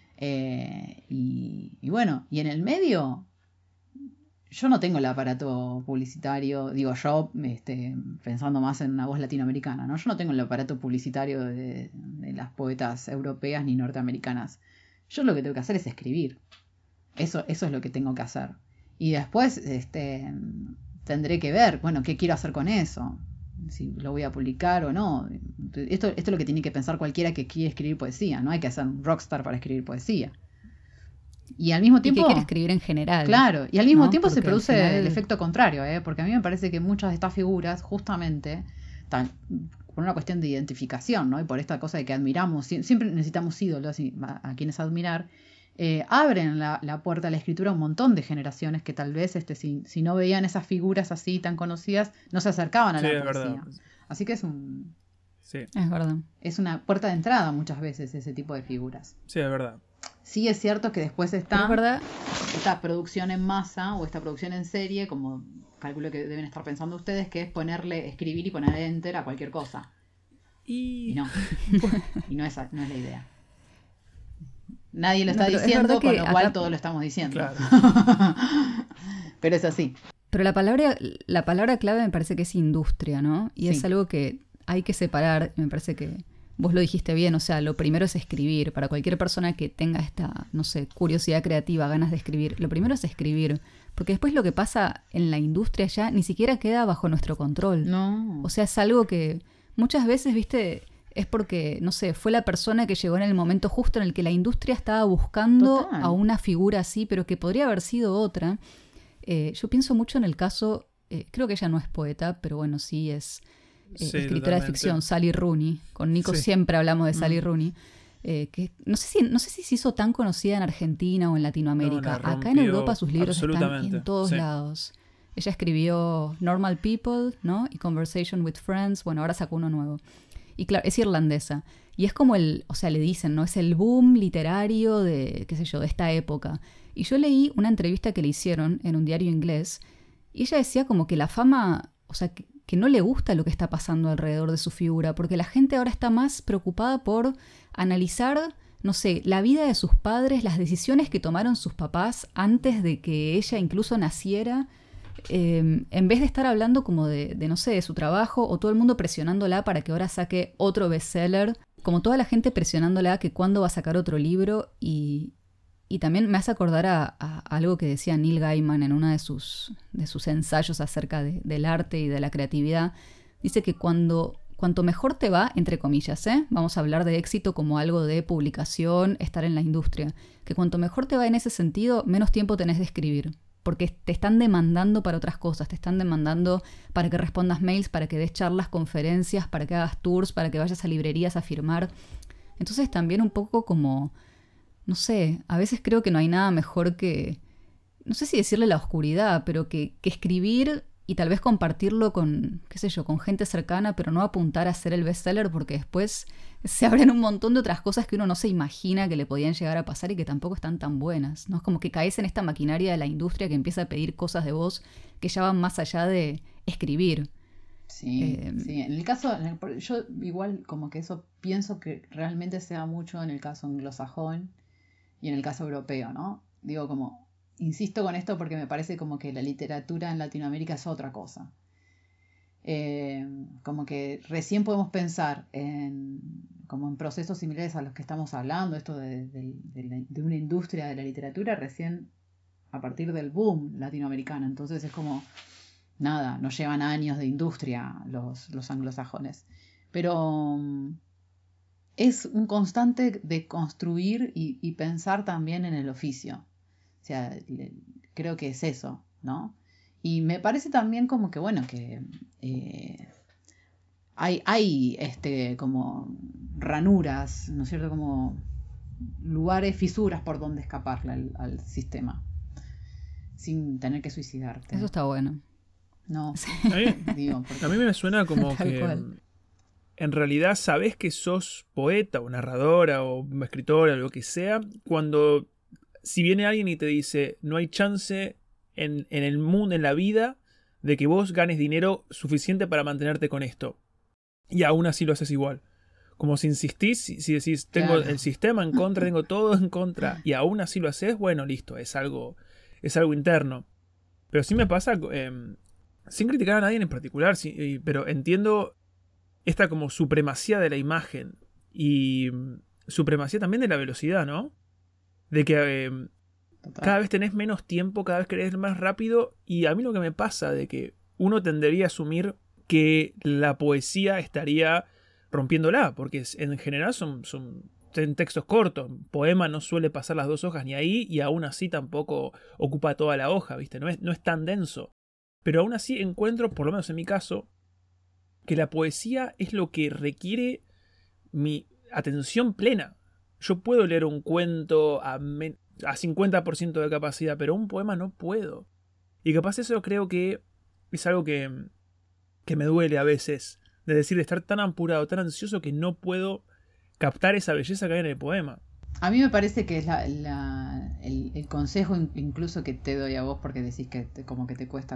Y bueno, y en el medio, yo no tengo el aparato publicitario, digo yo, pensando más en una voz latinoamericana, ¿no? Yo no tengo el aparato publicitario de las poetas europeas ni norteamericanas. Yo lo que tengo que hacer es escribir. Eso es lo que tengo que hacer. Y después tendré que ver, bueno, qué quiero hacer con eso. Si lo voy a publicar o no. Esto es lo que tiene que pensar cualquiera que quiere escribir poesía. No hay que ser un rockstar para escribir poesía. Y al mismo tiempo... Y que quiere escribir en general. Claro, y al mismo tiempo Porque se produce al final... el efecto contrario, porque a mí me parece que muchas de estas figuras, justamente, por una cuestión de identificación, ¿no? Y por esta cosa de que admiramos, siempre necesitamos ídolos a quienes admirar, abren la puerta a la escritura a un montón de generaciones que tal vez si no veían esas figuras así tan conocidas, no se acercaban a la poesía. Verdad. Así que Sí. Es verdad. Es una puerta de entrada muchas veces ese tipo de figuras. Sí, es verdad. Sí es cierto que después está ¿Es verdad? esta producción en masa o esta producción en serie, como calculo que deben estar pensando ustedes, que es escribir y poner enter a cualquier cosa. Y no. Y no es la idea. Nadie lo está diciendo, con lo cual todo lo estamos diciendo. Claro. Pero es así. Pero la palabra clave me parece que es industria, ¿no? Y Sí. es algo que hay que separar, me parece que vos lo dijiste bien, o sea, lo primero es escribir. Para cualquier persona que tenga esta, no sé, curiosidad creativa, ganas de escribir, lo primero es escribir. Porque después lo que pasa en la industria ya ni siquiera queda bajo nuestro control. No. O sea, es algo que muchas veces, viste, es porque, no sé, fue la persona que llegó en el momento justo en el que la industria estaba buscando Total. a una figura así, pero que podría haber sido otra. Yo pienso mucho en el caso, creo que ella no es poeta, pero bueno, sí es Sí, escritora de totalmente. ficción, Sally Rooney. Con Nico Sí. siempre hablamos de Sally Rooney. Que no sé si se hizo tan conocida en Argentina o en Latinoamérica. No, la Acá en rompió Europa sus libros están absolutamente, en todos sí. lados. Ella escribió Normal People, ¿no? Y Conversation with Friends. Bueno, ahora sacó uno nuevo. Y claro, es irlandesa. Y es como o sea, le dicen, ¿no? Es el boom literario de, qué sé yo, de esta época. Y yo leí una entrevista que le hicieron en un diario inglés. Y ella decía como que la fama, o sea, que no le gusta lo que está pasando alrededor de su figura, porque la gente ahora está más preocupada por analizar, no sé, la vida de sus padres, las decisiones que tomaron sus papás antes de que ella incluso naciera, en vez de estar hablando como de, no sé, de su trabajo, o todo el mundo presionándola para que ahora saque otro bestseller, como toda la gente presionándola que cuándo va a sacar otro libro. Y también me hace acordar a algo que decía Neil Gaiman en uno de sus ensayos acerca del arte y de la creatividad. Dice que cuanto mejor te va, entre comillas, vamos a hablar de éxito como algo de publicación, estar en la industria, que cuanto mejor te va en ese sentido, menos tiempo tenés de escribir. Porque te están demandando para otras cosas, te están demandando para que respondas mails, para que des charlas, conferencias, para que hagas tours, para que vayas a librerías a firmar. Entonces también un poco como, no sé, a veces creo que no hay nada mejor que, no sé si decirle la oscuridad, pero que escribir y tal vez compartirlo con, qué sé yo, con gente cercana, pero no apuntar a ser el bestseller, porque después se abren un montón de otras cosas que uno no se imagina que le podían llegar a pasar y que tampoco están tan buenas, ¿no? Es como que caes en esta maquinaria de la industria que empieza a pedir cosas de vos que ya van más allá de escribir. Sí, sí. En el caso, yo igual como que eso pienso que realmente se da mucho en el caso anglosajón y en el caso europeo, ¿no? Digo como, insisto con esto porque me parece como que la literatura en Latinoamérica es otra cosa. Como que recién podemos pensar como en procesos similares a los que estamos hablando, esto de una industria de la literatura recién a partir del boom latinoamericano. Entonces es como, nada, nos llevan años de industria los anglosajones. Pero es un constante de construir y pensar también en el oficio. O sea, creo que es eso, ¿no? Y me parece también como que, bueno, que hay como ranuras, ¿no es cierto? Como lugares, fisuras por donde escaparle al sistema, sin tener que suicidarte. Eso está bueno. No, A mí, digo, porque... a mí me suena como Tal que cual. en realidad sabés que sos poeta o narradora o escritora o lo que sea, cuando si viene alguien y te dice no hay chance en el mundo, en la vida, de que vos ganes dinero suficiente para mantenerte con esto. Y aún así lo haces igual. Como si insistís, si decís, tengo Claro. el sistema en contra, tengo todo en contra, y aún así lo haces, bueno, listo, es algo interno. Pero sí me pasa, sin criticar a nadie en particular, pero entiendo esta como supremacía de la imagen y supremacía también de la velocidad, ¿no? De que Total. cada vez tenés menos tiempo, cada vez querés ir más rápido, y a mí lo que me pasa de que uno tendería a asumir que la poesía estaría rompiéndola, porque en general son textos cortos. Poema no suele pasar las 2 hojas ni ahí, y aún así tampoco ocupa toda la hoja, ¿viste? No es tan denso. Pero aún así encuentro, por lo menos en mi caso, que la poesía es lo que requiere mi atención plena. Yo puedo leer un cuento a 50% de capacidad, pero un poema no puedo. Y capaz eso creo que es algo que me duele a veces. De decir, de estar tan apurado, tan ansioso que no puedo captar esa belleza que hay en el poema. A mí me parece que es el consejo incluso que te doy a vos porque decís que como que te cuesta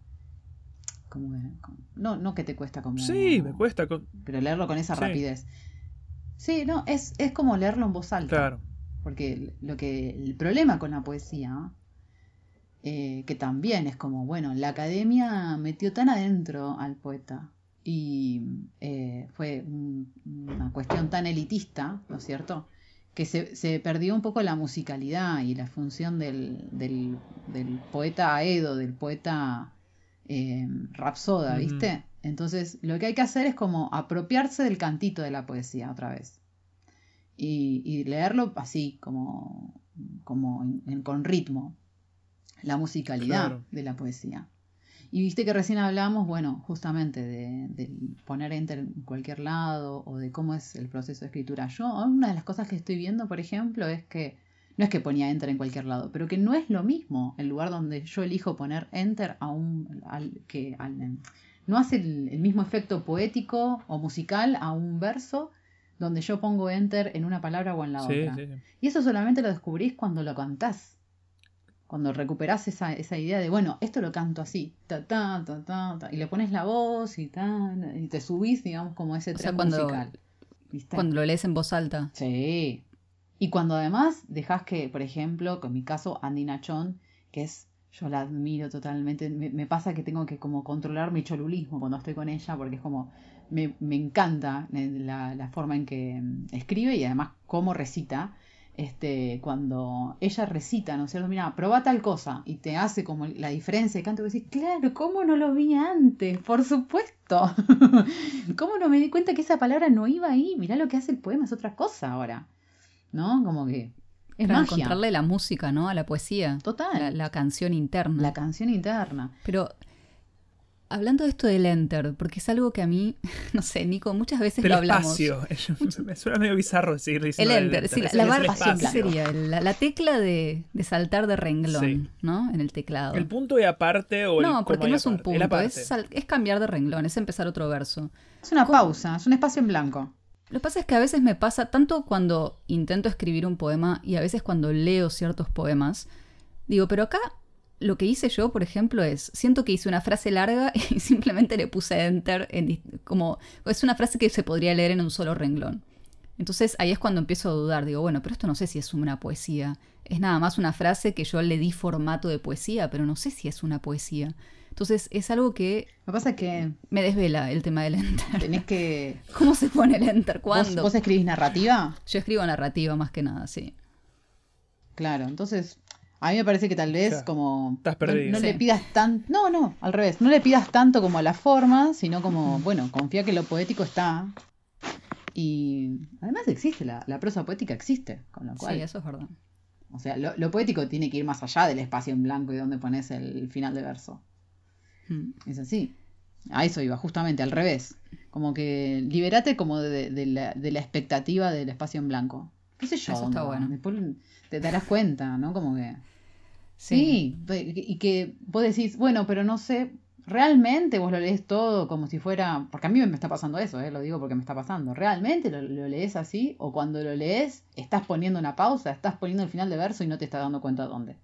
no que te cuesta como... Sí, me cuesta. Pero leerlo con esa Sí. rapidez. Sí, no, es como leerlo en voz alta. Claro. Porque el problema con la poesía que también es como, bueno, la academia metió tan adentro al poeta y fue una cuestión tan elitista, ¿no es cierto?, que se perdió un poco la musicalidad y la función del poeta aedo, del poeta rapsoda, ¿viste? Entonces lo que hay que hacer es como apropiarse del cantito de la poesía otra vez y leerlo así, como con ritmo, la musicalidad de la poesía. Y viste que recién hablábamos, bueno, justamente de poner enter en cualquier lado o de cómo es el proceso de escritura. Yo, una de las cosas que estoy viendo, por ejemplo, es que no es que ponía enter en cualquier lado, pero que no es lo mismo el lugar donde yo elijo poner enter no hace el mismo efecto poético o musical a un verso donde yo pongo enter en una palabra o en la otra. Sí. Y eso solamente lo descubrís cuando lo cantás. Cuando recuperás esa idea de, bueno, esto lo canto así, ta, ta, ta, ta, ta, y le pones la voz y te subís, digamos, como ese tren musical. ¿Viste? Cuando lo lees en voz alta. Sí. Y cuando además dejás que, por ejemplo, con mi caso, Andy Nachón, yo la admiro totalmente, me pasa que tengo que como controlar mi cholulismo cuando estoy con ella, porque es como, me encanta la forma en que escribe y además cómo recita. Cuando ella recita, ¿no es cierto? Mira, probá tal cosa y te hace como la diferencia de canto y decís, claro, ¿cómo no lo vi antes? Por supuesto. ¿Cómo no me di cuenta que esa palabra no iba ahí? Mirá lo que hace el poema, es otra cosa ahora. ¿No? Como que es para magia. Encontrarle la música, ¿no? A la poesía. Total. La canción interna. La canción interna. Pero hablando de esto del enter, porque es algo que a mí, no sé, Nico, muchas veces pero lo hablamos. Espacio. Me suena medio bizarro seguir diciendo el enter. Sí, la barra sería la tecla de saltar de renglón, sí, ¿no? En el teclado. El punto y aparte o no, el porque no es un aparte. punto, es cambiar de renglón, es empezar otro verso. Es una pausa, es un espacio en blanco. Lo que pasa es que a veces me pasa, tanto cuando intento escribir un poema y a veces cuando leo ciertos poemas, digo, pero acá lo que hice yo, por ejemplo, siento que hice una frase larga y simplemente le puse enter, como es una frase que se podría leer en un solo renglón. Entonces ahí es cuando empiezo a dudar, digo, bueno, pero esto no sé si es una poesía. Es nada más una frase que yo le di formato de poesía, pero no sé si es una poesía. Entonces es algo que lo que pasa es que me desvela el tema del enter. Tenés que... ¿Cómo se pone el enter? ¿Cuándo? ¿Vos escribís narrativa? Yo escribo narrativa más que nada, sí. Claro, entonces a mí me parece que tal vez, o sea, como estás perdido. No le pidas tanto, no, al revés, no le pidas tanto como a la forma, sino como, bueno, confía que lo poético está. Y además existe, la prosa poética existe, con lo cual... Sí, eso es verdad. O sea, lo poético tiene que ir más allá del espacio en blanco y donde pones el final de verso. Es así. A eso iba, justamente, al revés. Como que liberate como de la expectativa del espacio en blanco. ¿Qué sé yo? Eso está bueno. Después te darás cuenta, ¿no? Como que... Sí, y que vos decís, bueno, pero no sé, realmente vos lo lees todo como si fuera... Porque a mí me está pasando eso, lo digo porque me está pasando. ¿Realmente lo lees así? O cuando lo lees, estás poniendo una pausa, estás poniendo el final de verso y no te estás dando cuenta de dónde.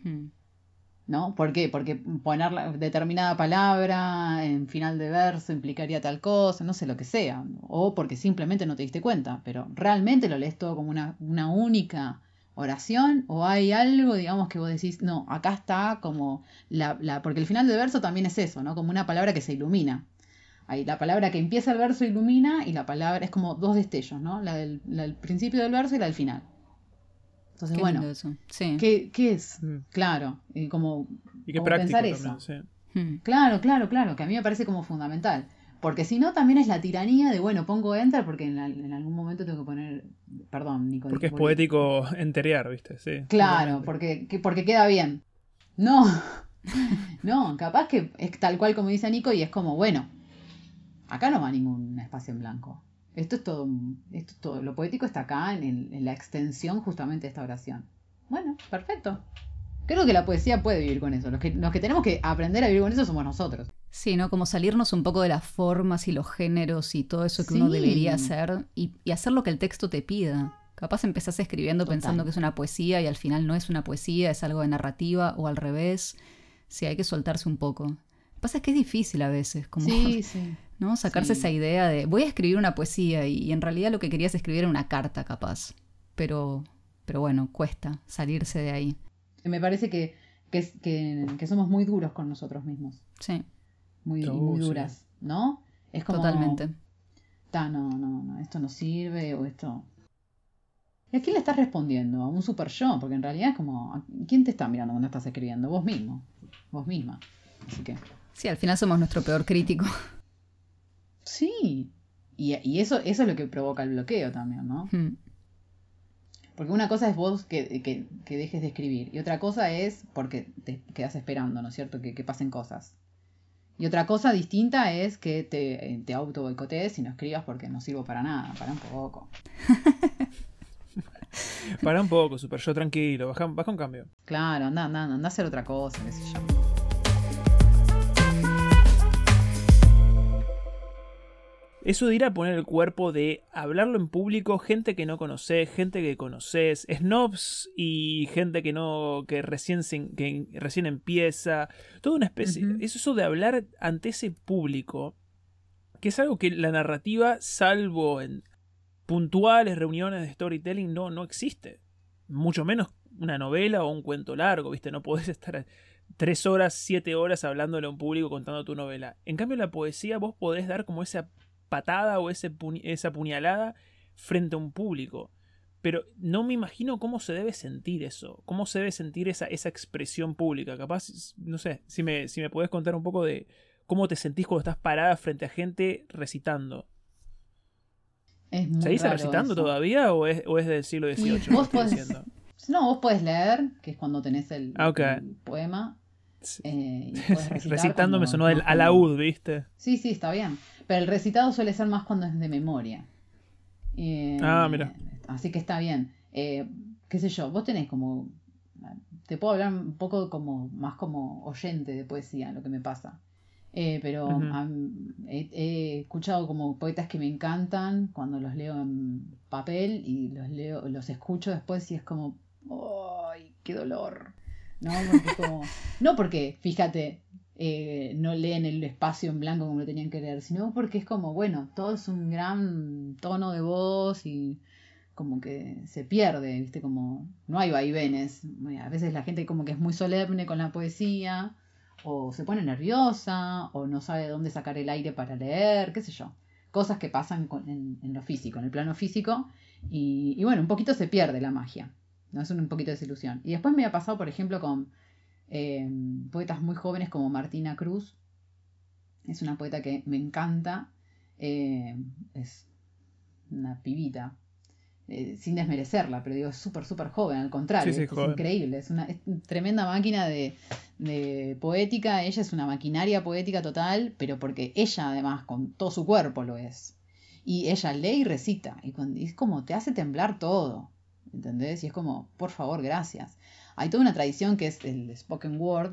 ¿No? ¿Por qué? Porque poner determinada palabra en final de verso implicaría tal cosa, no sé, lo que sea. O porque simplemente no te diste cuenta. Pero ¿realmente lo lees todo como una única oración? ¿O hay algo, digamos, que vos decís, no, acá está como porque el final del verso también es eso, ¿no? Como una palabra que se ilumina. Hay la palabra que empieza el verso ilumina y la palabra es como dos destellos, ¿no? La del principio del verso y la del final. Entonces, qué bueno, eso. Sí. ¿qué es? Claro, y como qué práctico pensar eso. También, sí. Claro, que a mí me parece como fundamental. Porque si no, también es la tiranía de, bueno, pongo enter porque en algún momento tengo que poner, perdón, Nico. Porque es poético enterear, ¿viste? Sí. Claro, porque queda bien. No, no, capaz que es tal cual como dice Nico y es como, bueno, acá no va ningún espacio en blanco. Esto es todo, lo poético está acá en la extensión justamente de esta oración. Bueno, perfecto. Creo que la poesía puede vivir con eso. Los que tenemos que aprender a vivir con eso somos nosotros. Sí, ¿no? Como salirnos un poco de las formas y los géneros y todo eso que uno debería hacer y hacer lo que el texto te pida. Capaz empezás escribiendo pensando que es una poesía y al final no es una poesía, es algo de narrativa o al revés. Sí, hay que soltarse un poco. Lo que pasa es que es difícil a veces, como, ¿no? Sacarse esa idea de voy a escribir una poesía y en realidad lo que querías escribir era una carta capaz. Pero bueno, cuesta salirse de ahí. Me parece que que somos muy duros con nosotros mismos. Sí. Muy Sí. duras, ¿no? Es como... Totalmente. No, esto no sirve o esto... ¿Y a quién le estás respondiendo? A un super yo, porque en realidad es como... ¿Quién te está mirando cuando estás escribiendo? Vos mismo, vos misma. Así que... Sí, al final somos nuestro peor crítico. Sí. Y eso es lo que provoca el bloqueo también, ¿no? Mm. Porque una cosa es vos que dejes de escribir y otra cosa es porque te quedas esperando, ¿no es cierto? Que pasen cosas. Y otra cosa distinta es que te auto boicotees y no escribas porque no sirvo para nada. Para un poco. Para un poco, super yo, tranquilo, baja un cambio. Claro, anda a hacer otra cosa, qué sé yo. Eso de ir a poner el cuerpo, de hablarlo en público, gente que no conoces, gente que conoces, snobs y gente que recién empieza, toda una especie. Ujú. Eso de hablar ante ese público, que es algo que la narrativa, salvo en puntuales reuniones de storytelling, no existe. Mucho menos una novela o un cuento largo, ¿viste? No podés estar 3 horas, 7 horas hablándole a un público contando tu novela. En cambio, la poesía vos podés dar como esa patada o esa puñalada frente a un público. Pero no me imagino cómo se debe sentir eso. Cómo se debe sentir esa expresión pública. Capaz, no sé, si me podés contar un poco de cómo te sentís cuando estás parada frente a gente recitando. Es muy ¿Seguís raro recitando eso. todavía o es del siglo Y XVIII? vos lo que estoy podés- diciendo? No, vos podés leer, que es cuando tenés el poema. Sí. Y podés recitar Recitando me cuando sonó es más cuando- alaúd, ¿viste? Sí, está bien. Pero el recitado suele ser más cuando es de memoria. Mira. Así que está bien. Qué sé yo, vos tenés como... Te puedo hablar un poco más como oyente de poesía, lo que me pasa. Pero Ujú. he escuchado como poetas que me encantan cuando los leo en papel y los escucho después y es como... ¡Ay, qué dolor! No porque, fíjate, no leen el espacio en blanco como lo tenían que leer, sino porque es como, bueno, todo es un gran tono de voz y como que se pierde, ¿viste? Como no hay vaivenes. A veces la gente como que es muy solemne con la poesía, o se pone nerviosa, o no sabe dónde sacar el aire para leer, qué sé yo. Cosas que pasan en lo físico, en el plano físico, y bueno, un poquito se pierde la magia. ¿No? Es un poquito de desilusión. Y después me ha pasado, por ejemplo, con poetas muy jóvenes como Martina Cruz. Es una poeta que me encanta. Es una pibita. Sin desmerecerla, pero digo, es súper joven, al contrario, Sí, es joven. increíble, es una tremenda máquina de poética, ella es una maquinaria poética total, pero porque ella además con todo su cuerpo lo es. Y ella lee y recita, y es como te hace temblar todo, ¿entendés? Y es como, por favor, gracias. Hay toda una tradición que es el spoken word,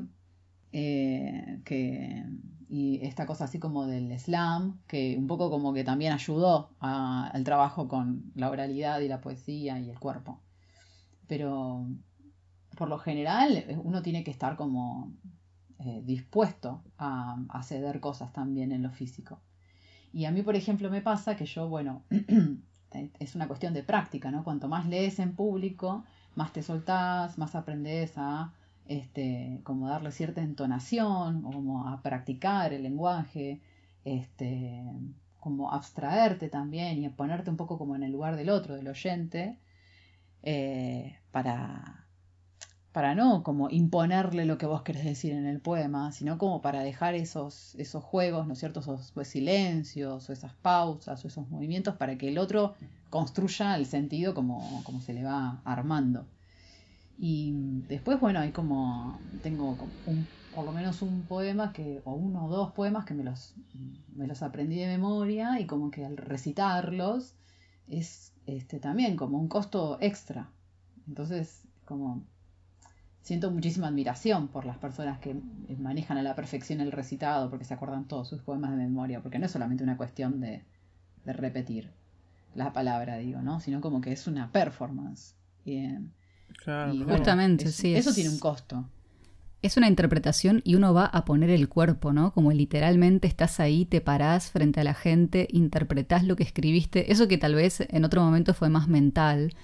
y esta cosa así como del slam, que un poco como que también ayudó al trabajo con la oralidad y la poesía y el cuerpo. Pero por lo general uno tiene que estar como dispuesto a ceder cosas también en lo físico. Y a mí, por ejemplo, me pasa que yo, bueno, es una cuestión de práctica, ¿no? Cuanto más lees en público, más te soltás, más aprendés a como darle cierta entonación, o como a practicar el lenguaje, como abstraerte también y a ponerte un poco como en el lugar del otro, del oyente, para no como imponerle lo que vos querés decir en el poema, sino como para dejar esos juegos, ¿no es cierto? Esos silencios o esas pausas o esos movimientos para que el otro construya el sentido como se le va armando. Y después, bueno, hay tengo por lo menos un poema o uno o dos poemas que me los aprendí de memoria y como que al recitarlos es también como un costo extra. Entonces, como siento muchísima admiración por las personas que manejan a la perfección el recitado porque se acuerdan todos sus poemas de memoria, porque no es solamente una cuestión de repetir la palabra, digo, ¿no? Sino como que es una performance. Claro, Y justamente, bueno, sí. Eso tiene un costo. Es una interpretación y uno va a poner el cuerpo, ¿no? Como literalmente estás ahí, te parás frente a la gente, interpretás lo que escribiste. Eso que tal vez en otro momento fue más mental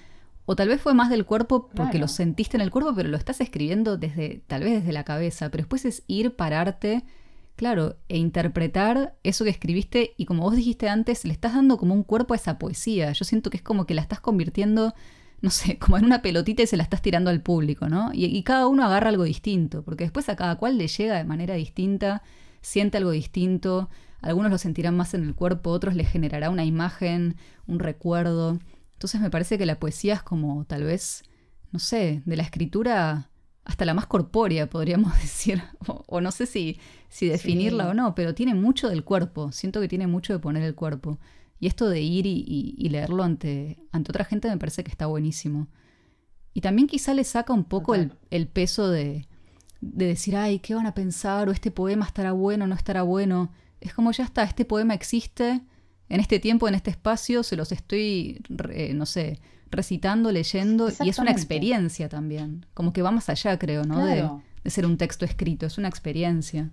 O tal vez fue más del cuerpo porque lo Claro. sentiste en el cuerpo, pero lo estás escribiendo tal vez desde la cabeza. Pero después es ir, pararte, claro, e interpretar eso que escribiste. Y como vos dijiste antes, le estás dando como un cuerpo a esa poesía. Yo siento que es como que la estás convirtiendo, no sé, como en una pelotita y se la estás tirando al público, ¿no? Y cada uno agarra algo distinto, porque después a cada cual le llega de manera distinta, siente algo distinto. Algunos lo sentirán más en el cuerpo, otros les generará una imagen, un recuerdo. Entonces me parece que la poesía es como tal vez, no sé, de la escritura hasta la más corpórea, podríamos decir. O no sé si definirla Sí, o no, pero tiene mucho del cuerpo. Siento que tiene mucho de poner el cuerpo. Y esto de ir y leerlo ante otra gente me parece que está buenísimo. Y también quizá le saca un poco total. el peso de decir, ay, ¿qué van a pensar? O este poema estará bueno, no estará bueno. Es como ya está, este poema existe en este tiempo, en este espacio, se los estoy, no sé, recitando, leyendo, y es una Exactamente. experiencia también. Como que va más allá, creo, ¿no? Claro. De ser un texto escrito, es una experiencia.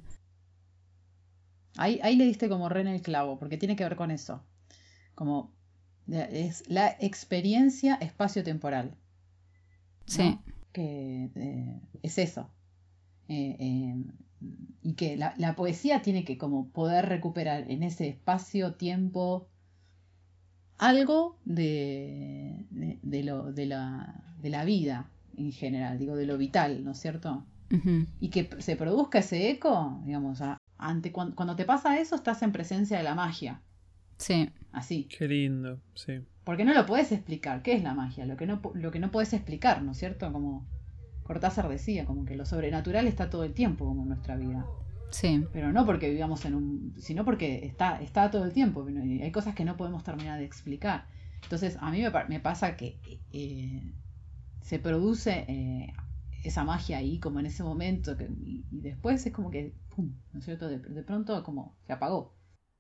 Ahí le diste como re en el clavo, porque tiene que ver con eso. Como es la experiencia espacio-temporal, Sí, ¿no? Que es eso. Eh, eh, y que la poesía tiene que como poder recuperar en ese espacio-tiempo algo de la vida en general, digo, de lo vital, ¿no es cierto? ujú, Y que se produzca ese eco, digamos, cuando te pasa eso, estás en presencia de la magia, sí, así. Qué lindo, sí. Porque no lo puedes explicar. ¿Qué es la magia? Lo que no puedes explicar, ¿no es cierto? Como Cortázar decía, como que lo sobrenatural está todo el tiempo como en nuestra vida. sí. Pero no porque vivamos sino porque está todo el tiempo. Y hay cosas que no podemos terminar de explicar. Entonces, a mí me pasa que se produce esa magia ahí, como en ese momento, y después es como que, ¡pum! ¿No es cierto? De pronto como se apagó.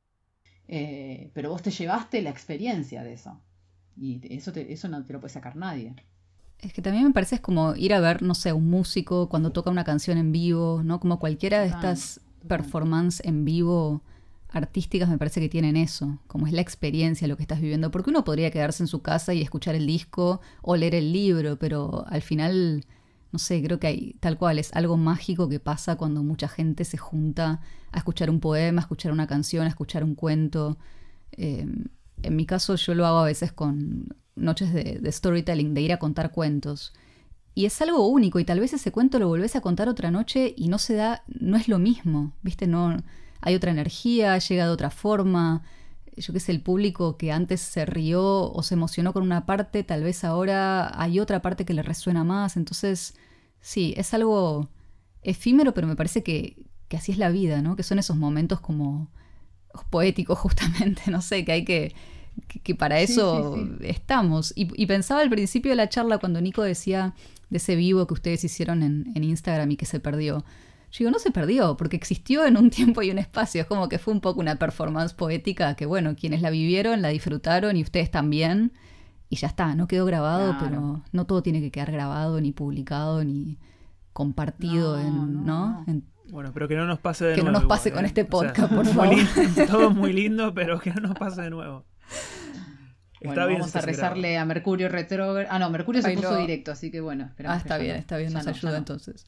Pero vos te llevaste la experiencia de eso. Y eso no te lo puede sacar nadie. Es que también me parece es como ir a ver, no sé, un músico cuando toca una canción en vivo, ¿no? Como cualquiera de Total, estas total. performances en vivo artísticas me parece que tienen eso, como es la experiencia, lo que estás viviendo. Porque uno podría quedarse en su casa y escuchar el disco o leer el libro, pero al final, no sé, creo que hay tal cual, es algo mágico que pasa cuando mucha gente se junta a escuchar un poema, a escuchar una canción, a escuchar un cuento. Eh, en mi caso yo lo hago a veces con noches de storytelling, de ir a contar cuentos. Y es algo único y tal vez ese cuento lo volvés a contar otra noche y no se da, no es lo mismo, ¿viste? No, hay otra energía, llega de otra forma. Yo qué sé, el público que antes se rió o se emocionó con una parte, tal vez ahora hay otra parte que le resuena más. Entonces, sí, es algo efímero, pero me parece que así es la vida, ¿no? Que son esos momentos como poético justamente, no sé, que hay que para Sí, sí, eso sí. estamos. Y pensaba al principio de la charla cuando Nico decía de ese vivo que ustedes hicieron en Instagram y que se perdió. Yo digo, no se perdió, porque existió en un tiempo y un espacio. Es como que fue un poco una performance poética que, bueno, quienes la vivieron, la disfrutaron y ustedes también. Y ya está, no quedó grabado, Claro. pero no todo tiene que quedar grabado, ni publicado, ni compartido No, en, no, ¿no? no. Bueno, pero que no nos pase de Que no nuevo nos pase igual, con ¿eh? este O sea, podcast, por muy favor. lindo, todo muy lindo, pero que no nos pase de nuevo. Está Bueno, bien si vamos esto a se graba. rezarle a Mercurio retrógrado. Ah, no, Mercurio se Ay, puso no. directo, así que bueno, Ah, esperemos que ya está bien, ya nos no, ya ayuda no. entonces.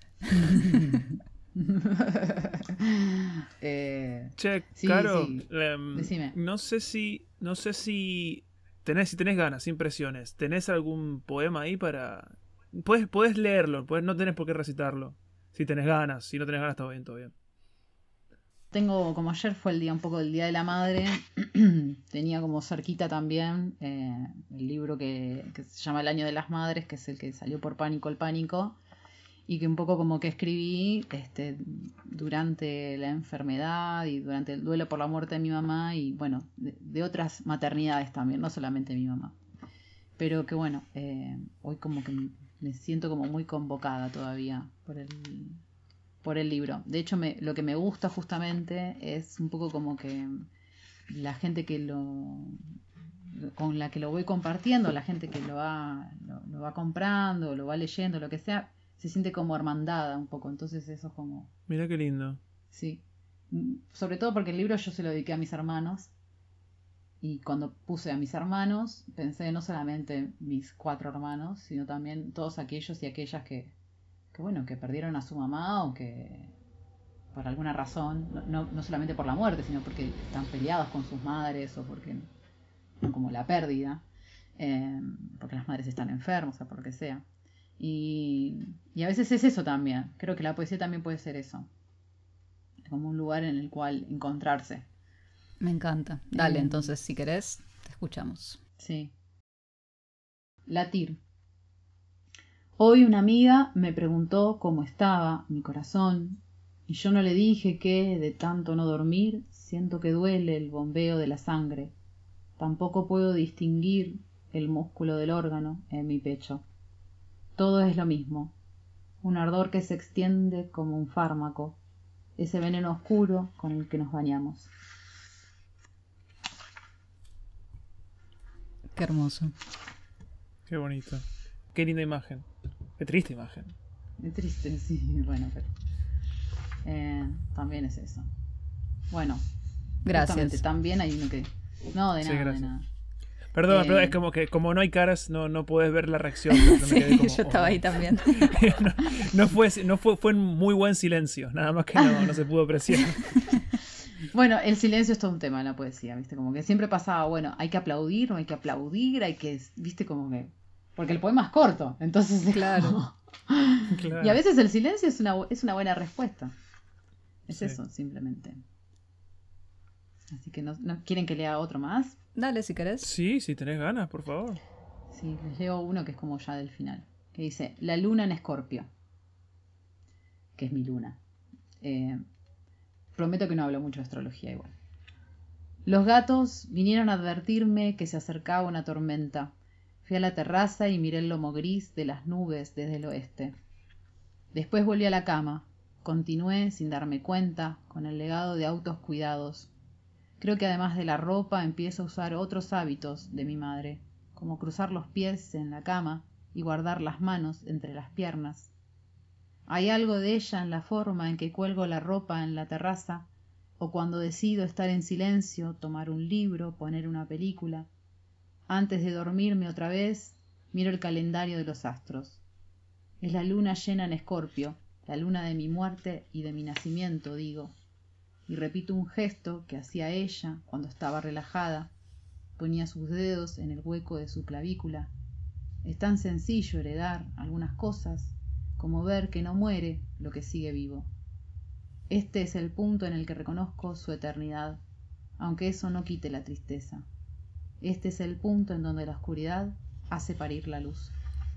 Che, Sí, Caro, sí, decime. no sé si si tenés ganas, impresiones, ¿tenés algún poema ahí para... Puedes leerlo, no tenés por qué recitarlo. Si tenés ganas, si no tenés ganas, está bien, todo bien. Tengo, como ayer fue el día un poco del Día de la Madre, tenía como cerquita también el libro que se llama El Año de las Madres, que es el que salió por Pánico el Pánico, y que un poco como que escribí durante la enfermedad y durante el duelo por la muerte de mi mamá y bueno, de otras maternidades también, no solamente mi mamá. Pero que bueno, hoy como que me siento como muy convocada todavía por el libro. De hecho, lo que me gusta justamente es un poco como que la gente con la que lo voy compartiendo, la gente que lo va comprando, lo va leyendo, lo que sea, se siente como hermandada un poco. Entonces eso es como, Mirá qué lindo. sí. Sobre todo porque el libro yo se lo dediqué a mis hermanos Y cuando puse a mis hermanos, pensé no solamente en mis 4 hermanos, sino también todos aquellos y aquellas que perdieron a su mamá o que por alguna razón, no solamente por la muerte, sino porque están peleados con sus madres o porque, como la pérdida, porque las madres están enfermas o por lo que sea. Y a veces es eso también. Creo que la poesía también puede ser eso. Como un lugar en el cual encontrarse. Me encanta. Dale, entonces, si querés, te escuchamos. Sí. Latir. Hoy una amiga me preguntó cómo estaba mi corazón y yo no le dije que, de tanto no dormir, siento que duele el bombeo de la sangre. Tampoco puedo distinguir el músculo del órgano en mi pecho. Todo es lo mismo. Un ardor que se extiende como un fármaco. Ese veneno oscuro con el que nos bañamos. Qué hermoso. Qué bonito. Qué linda imagen. Qué triste imagen. Es triste, sí. Bueno, pero también es eso. Bueno. Gracias. También hay uno que... No, de Sí, nada, de gracias. nada. Perdón, es como que como no hay caras, no podés ver la reacción. Sí, yo estaba ahí también. Fue en muy buen silencio, nada más que no se pudo apreciar. Bueno, el silencio es todo un tema en la poesía, ¿viste? Como que siempre pasaba, bueno, hay que aplaudir, no hay que aplaudir, ¿viste? Como que... Porque el poema es corto, entonces... Claro. Claro. Y a veces el silencio es una buena respuesta. Es Sí. eso, simplemente. Así que no quieren que lea otro más. Dale, si querés. Sí, si tenés ganas, por favor. Sí, les leo uno que es como ya del final. Que dice, La luna en Escorpio. Que es mi luna. Prometo que no hablo mucho de astrología igual. Los gatos vinieron a advertirme que se acercaba una tormenta. Fui a la terraza y miré el lomo gris de las nubes desde el oeste. Después volví a la cama. Continué, sin darme cuenta, con el legado de autos cuidados. Creo que además de la ropa empiezo a usar otros hábitos de mi madre, como cruzar los pies en la cama y guardar las manos entre las piernas. Hay algo de ella en la forma en que cuelgo la ropa en la terraza, o cuando decido estar en silencio, tomar un libro, poner una película. Antes de dormirme otra vez, miro el calendario de los astros. Es la luna llena en Escorpio, la luna de mi muerte y de mi nacimiento, digo. Y repito un gesto que hacía ella cuando estaba relajada. Ponía sus dedos en el hueco de su clavícula. Es tan sencillo heredar algunas cosas como ver que no muere lo que sigue vivo. Este es el punto en el que reconozco su eternidad, aunque eso no quite la tristeza. Este es el punto en donde la oscuridad hace parir la luz.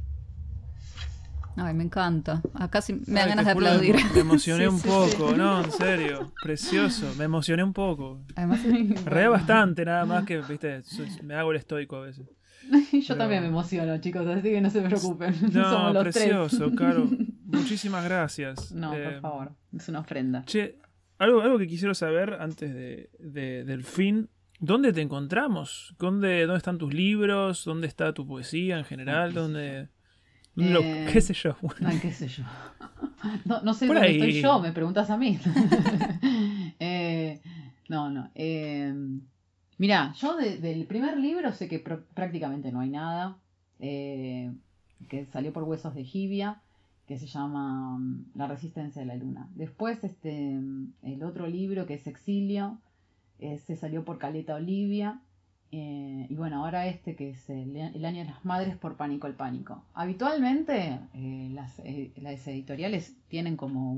Ay, me encanta. Acá sí me dan Ay, ganas te de juro, aplaudir. Me emocioné Sí, un sí, poco, sí. no, en serio. Precioso, me emocioné un poco. Además, Re bastante, nada más que, viste, me hago el estoico a veces. Yo también me emociono, chicos, así que no se preocupen. No, Somos los precioso, tres. Caro. Muchísimas gracias. No, por favor, es una ofrenda. Che, algo que quisiera saber antes del fin. ¿Dónde te encontramos? ¿Dónde están tus libros? ¿Dónde está tu poesía en general? ¿Qué sé yo? Ay, qué sé yo. No sé Por dónde ahí. estoy yo, me preguntas a mí. No. Mirá, yo del primer libro sé que prácticamente no hay nada. Que salió por Huesos de Jibia, que se llama La resistencia de la luna. Después el otro libro, que es Exilio, se salió por Caleta Olivia. Y bueno, ahora que es el año de las madres, por Pánico el Pánico. Habitualmente las editoriales tienen como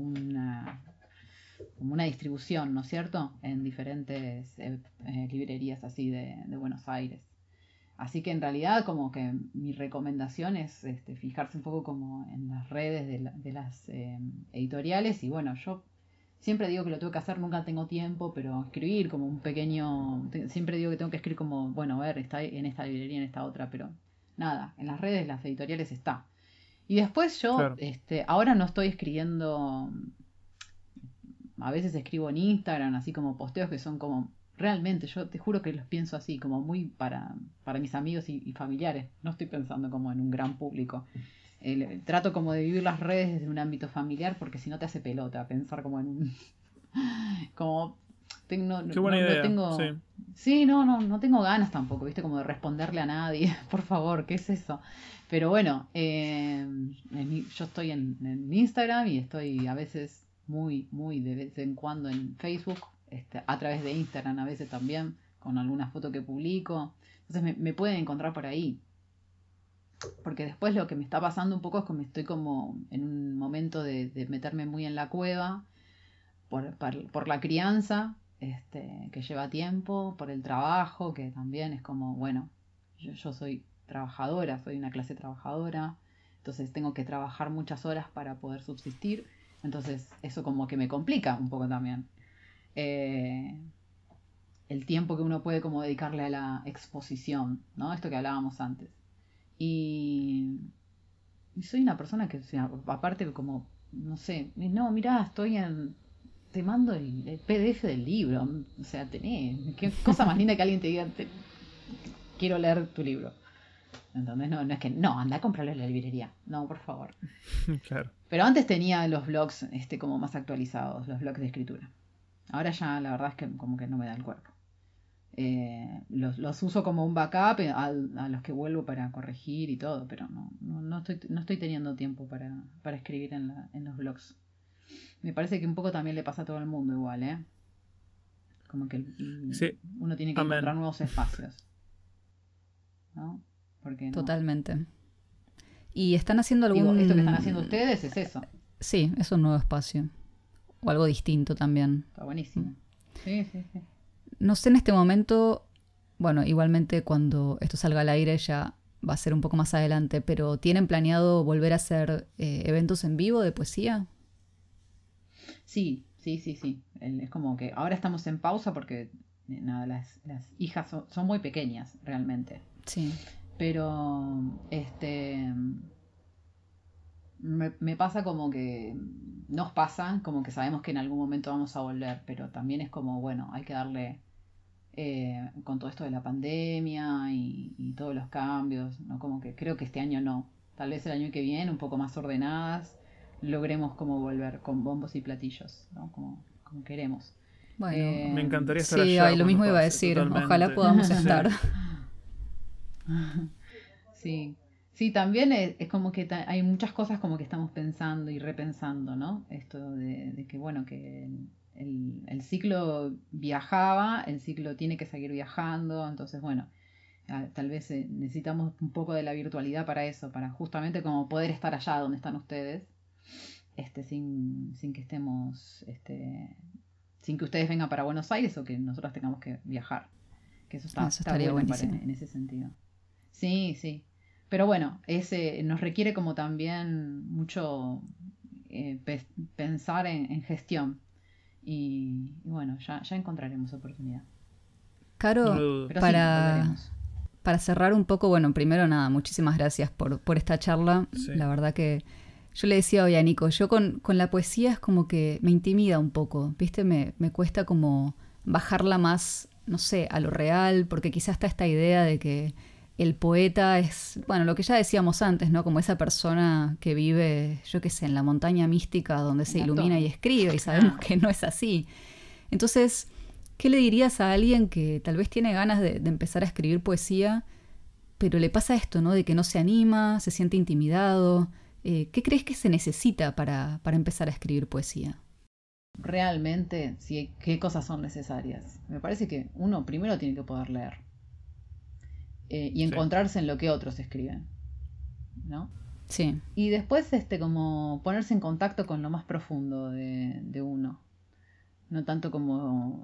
una distribución, ¿no es cierto?, en diferentes librerías así de Buenos Aires. Así que en realidad como que mi recomendación es fijarse un poco como en las redes de las editoriales. Y bueno, yo siempre digo que lo tengo que hacer, nunca tengo tiempo, pero escribir como un pequeño... Siempre digo que tengo que escribir como, bueno, a ver, está en esta librería, en esta otra, pero nada, en las redes, las editoriales está. Y después yo, Claro. ahora no estoy escribiendo... A veces escribo en Instagram, así como posteos que son como... Realmente, yo te juro que los pienso así, como muy para mis amigos y familiares. No estoy pensando como en un gran público. Trato como de vivir las redes desde un ámbito familiar, porque si no te hace pelota pensar como en un... como Qué buena idea. tengo... Sí. Sí, no tengo ganas tampoco, ¿viste? Como de responderle a nadie, por favor, ¿qué es eso? Pero bueno, yo estoy en Instagram y estoy a veces muy de vez en cuando en Facebook, a través de Instagram a veces también, con alguna foto que publico. Entonces me pueden encontrar por ahí. Porque después lo que me está pasando un poco es que me estoy como en un momento de meterme muy en la cueva por la crianza, que lleva tiempo, por el trabajo, que también es como, bueno, yo soy trabajadora, soy una clase trabajadora, entonces tengo que trabajar muchas horas para poder subsistir, entonces eso como que me complica un poco también. El tiempo que uno puede como dedicarle a la exposición, ¿no? Esto que hablábamos antes. Y soy una persona que, o sea, aparte como, no sé, no, mirá, te mando el PDF del libro, o sea, qué cosa más linda que alguien te diga, quiero leer tu libro. Entonces, no es que, no, anda a comprarlo en la librería, no, por favor. Claro. Pero antes tenía los blogs, como más actualizados, los blogs de escritura. Ahora ya la verdad es que como que no me da el cuerpo. Los uso como un backup a los que vuelvo para corregir y todo, pero no estoy teniendo tiempo para escribir en los blogs. Me parece que un poco también le pasa a todo el mundo igual, ¿eh? Como que Sí. uno tiene que encontrar nuevos espacios, ¿no? Porque no. Totalmente. ¿Y están haciendo algún...? Digo, esto que están haciendo ustedes es eso. Sí, es un nuevo espacio. O algo distinto también. Está buenísimo. Sí. No sé en este momento, bueno, igualmente cuando esto salga al aire ya va a ser un poco más adelante, pero ¿tienen planeado volver a hacer eventos en vivo de poesía? Sí. Es como que ahora estamos en pausa porque nada, las hijas son muy pequeñas realmente. Sí. Pero me pasa como que nos pasa, como que sabemos que en algún momento vamos a volver, pero también es como, bueno, hay que darle con todo esto de la pandemia y todos los cambios, ¿no? Como que creo que este año no. Tal vez el año que viene, un poco más ordenadas, logremos como volver con bombos y platillos, ¿no? Como queremos. Bueno, me encantaría estar sí, allá. Lo mismo iba a decir. Totalmente. Ojalá podamos estar. Sí, también es como que hay muchas cosas como que estamos pensando y repensando, ¿no? Esto de que, bueno, que el ciclo viajaba, el ciclo tiene que seguir viajando, entonces, bueno, tal vez necesitamos un poco de la virtualidad para eso, para justamente como poder estar allá donde están ustedes, sin que estemos, sin que ustedes vengan para Buenos Aires o que nosotros tengamos que viajar. Que eso estaría bueno en ese sentido. Sí. Pero bueno, nos requiere como también mucho pensar en gestión. Y bueno, ya encontraremos oportunidad. Caro, pero para cerrar un poco, bueno, primero nada, muchísimas gracias por esta charla. Sí. La verdad que yo le decía hoy a Nico, yo con la poesía es como que me intimida un poco, ¿viste? Me cuesta como bajarla más, no sé, a lo real, porque quizás está esta idea de que el poeta es, bueno, lo que ya decíamos antes, ¿no? Como esa persona que vive, yo qué sé, en la montaña mística donde se ilumina y escribe, y sabemos que no es así. Entonces, ¿qué le dirías a alguien que tal vez tiene ganas de empezar a escribir poesía, pero le pasa esto, ¿no? De que no se anima, se siente intimidado. ¿Qué crees que se necesita para empezar a escribir poesía? Realmente, sí, ¿qué cosas son necesarias? Me parece que uno primero tiene que poder leer. Y encontrarse en lo que otros escriben, ¿no? Sí. Y después como ponerse en contacto con lo más profundo de uno. No tanto como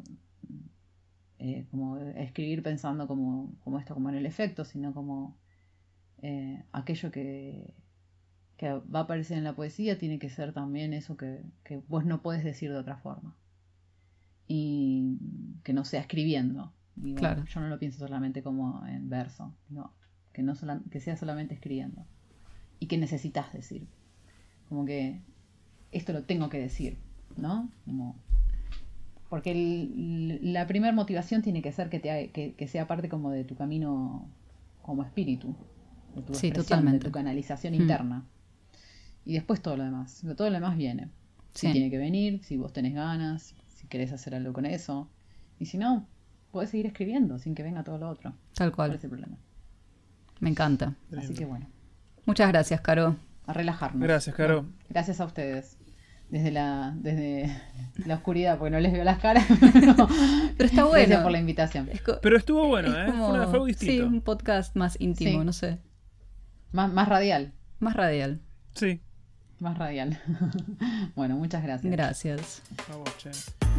escribir pensando como esto, como en el efecto, sino como aquello que va a aparecer en la poesía tiene que ser también eso que vos no podés decir de otra forma. Y que no sea escribiendo. Digo, claro. Yo no lo pienso solamente como en verso, no, que sea solamente escribiendo. ¿Y qué necesitas decir? Como que esto lo tengo que decir, ¿no? Porque la primera motivación tiene que ser que sea parte como de tu camino como espíritu, de tu expresión, de tu canalización interna. Y después todo lo demás viene. Si tiene que venir, si vos tenés ganas, si querés hacer algo con eso. Y si no, podés seguir escribiendo sin que venga todo lo otro. Tal ¿Cuál cual. es el problema? Me encanta. Así que bueno, Muchas gracias, Caro. a relajarnos. Gracias, Caro. Bueno, gracias a ustedes. Desde la oscuridad, porque no les veo las caras. Pero está bueno. Gracias por la invitación. Pero estuvo bueno, es como- Fue algo distinto. Sí, un podcast más íntimo, Sí. no sé. Más radial. Más radial. Sí. Más radial. Bueno, muchas gracias. Gracias. A vos, che.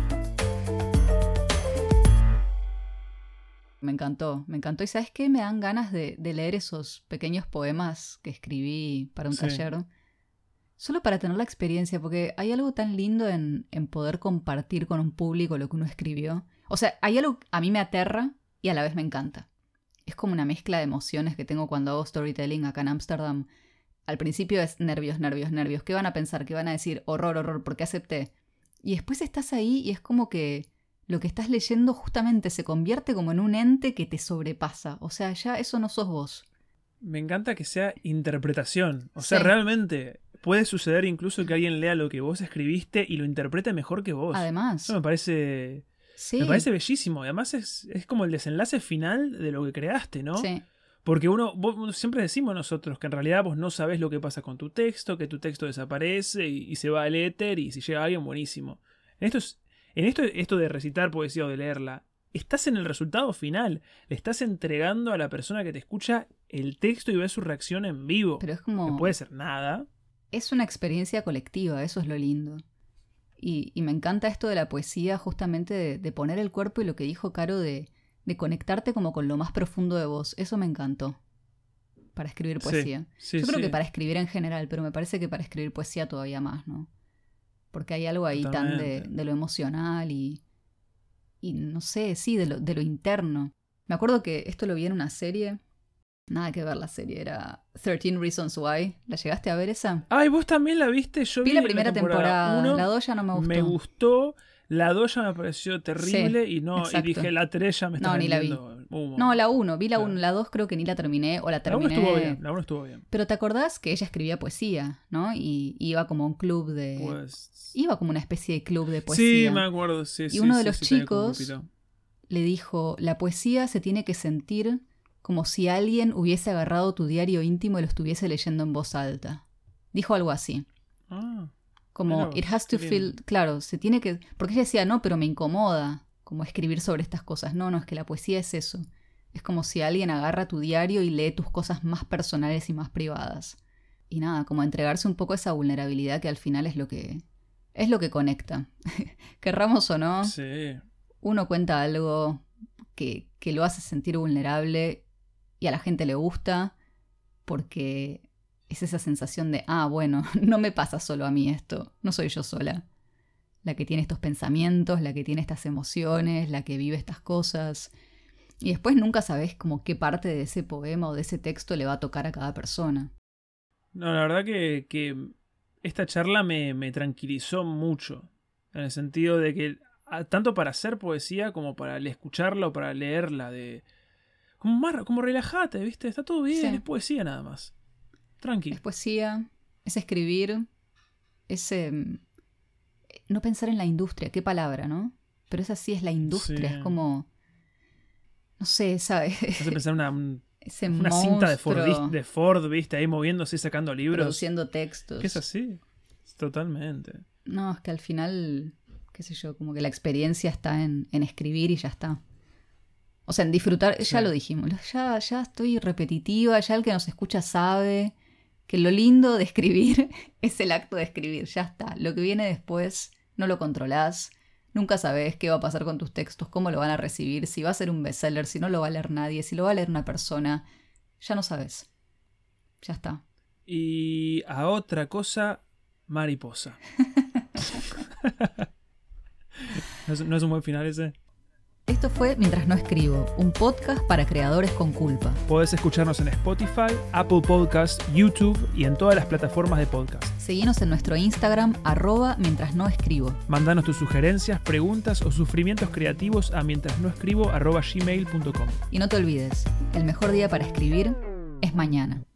Me encantó, me encantó. ¿Y sabes qué? Me dan ganas de leer esos pequeños poemas que escribí para un Sí. taller. Solo para tener la experiencia, porque hay algo tan lindo en poder compartir con un público lo que uno escribió. O sea, hay algo que a mí me aterra y a la vez me encanta. Es como una mezcla de emociones que tengo cuando hago storytelling acá en Ámsterdam. Al principio es nervios, nervios, nervios. ¿Qué van a pensar? ¿Qué van a decir? Horror, horror, ¿por qué acepté? Y después estás ahí y es como que lo que estás leyendo justamente se convierte como en un ente que te sobrepasa. O sea, ya eso no sos vos. Me encanta que sea interpretación. O sea, Sí. realmente puede suceder incluso que alguien lea lo que vos escribiste y lo interprete mejor que vos. Además, Eso me parece sí. Me parece bellísimo. Y además es como el desenlace final de lo que creaste, ¿no? Sí. Porque vos siempre decimos nosotros que en realidad vos no sabés lo que pasa con tu texto, que tu texto desaparece y se va al éter y si llega alguien, buenísimo. Esto de recitar poesía o de leerla, estás en el resultado final. Le estás entregando a la persona que te escucha el texto y ves su reacción en vivo. Pero es como... Que puede ser nada. Es una experiencia colectiva, eso es lo lindo. Y me encanta esto de la poesía, justamente de poner el cuerpo y lo que dijo Caro de conectarte como con lo más profundo de vos. Eso me encantó. Para escribir poesía. Sí, Yo creo sí. que para escribir en general, pero me parece que para escribir poesía todavía más, ¿no? Porque hay algo ahí tan Totalmente. de lo emocional y no sé, sí, de lo interno. Me acuerdo que esto lo vi en una serie. Nada que ver la serie, era 13 Reasons Why. ¿La llegaste a ver esa? Ay, vos también la viste. Yo Vi la primera temporada. uno, La 2 ya no me gustó. me gustó. La 2 ya me pareció terrible Sí, y exacto. dije la 3 ya me está No, ni la vi. vendiendo humo. No, la 1, vi la Claro. 1, la 2 creo que ni la terminé, o la La 1 terminé. estuvo bien. La 1 estuvo bien. Pero ¿te acordás que ella escribía poesía, no? Y iba como a un club de... Pues. Iba como una especie de club de poesía. Sí, me acuerdo. Sí, Y sí, uno de sí, los sí, tenía como un chicos grupito. le dijo, la poesía se tiene que sentir como si alguien hubiese agarrado tu diario íntimo y lo estuviese leyendo en voz alta. Dijo algo así. Ah, Como, mirá vos, it has to qué feel... lindo. Claro, se tiene que... Porque ella decía, no, pero me incomoda como escribir sobre estas cosas. No, no, es que la poesía es eso. Es como si alguien agarra tu diario y lee tus cosas más personales y más privadas. Y nada, como entregarse un poco a esa vulnerabilidad que al final es lo que conecta. Querramos o no, Sí. uno cuenta algo que lo hace sentir vulnerable y a la gente le gusta porque es esa sensación de, bueno, no me pasa solo a mí esto, no soy yo sola. La que tiene estos pensamientos, la que tiene estas emociones, la que vive estas cosas. Y después nunca sabes como qué parte de ese poema o de ese texto le va a tocar a cada persona. No, la verdad que esta charla me tranquilizó mucho. En el sentido de que, tanto para hacer poesía como para escucharla o para leerla, como relajate, ¿viste? Está todo bien, Sí. es poesía nada más. Tranqui. Es poesía, es escribir, es no pensar en la industria, qué palabra, ¿no? Pero esa sí es la industria, Sí. es como, no sé, ¿sabes? Me hace pensar Ese una cinta monstruo de Ford, ¿viste? Ahí moviéndose y sacando libros. produciendo textos. Que es así. Totalmente. No, es que al final, qué sé yo, como que la experiencia está en escribir y ya está. O sea, en disfrutar, ya Sí. lo dijimos, ya estoy repetitiva, ya el que nos escucha sabe que lo lindo de escribir es el acto de escribir, ya está. Lo que viene después no lo controlás, nunca sabés qué va a pasar con tus textos, cómo lo van a recibir, si va a ser un bestseller, si no lo va a leer nadie, si lo va a leer una persona, ya no sabés. Ya está. Y a otra cosa, mariposa. ¿No es un buen final ese? Esto fue Mientras no escribo, un podcast para creadores con culpa. Podés escucharnos en Spotify, Apple Podcasts, YouTube y en todas las plataformas de podcast. Seguinos en nuestro Instagram, @mientras no escribo. Mandanos tus sugerencias, preguntas o sufrimientos creativos a mientrasnoescribo@gmail.com. Y no te olvides, el mejor día para escribir es mañana.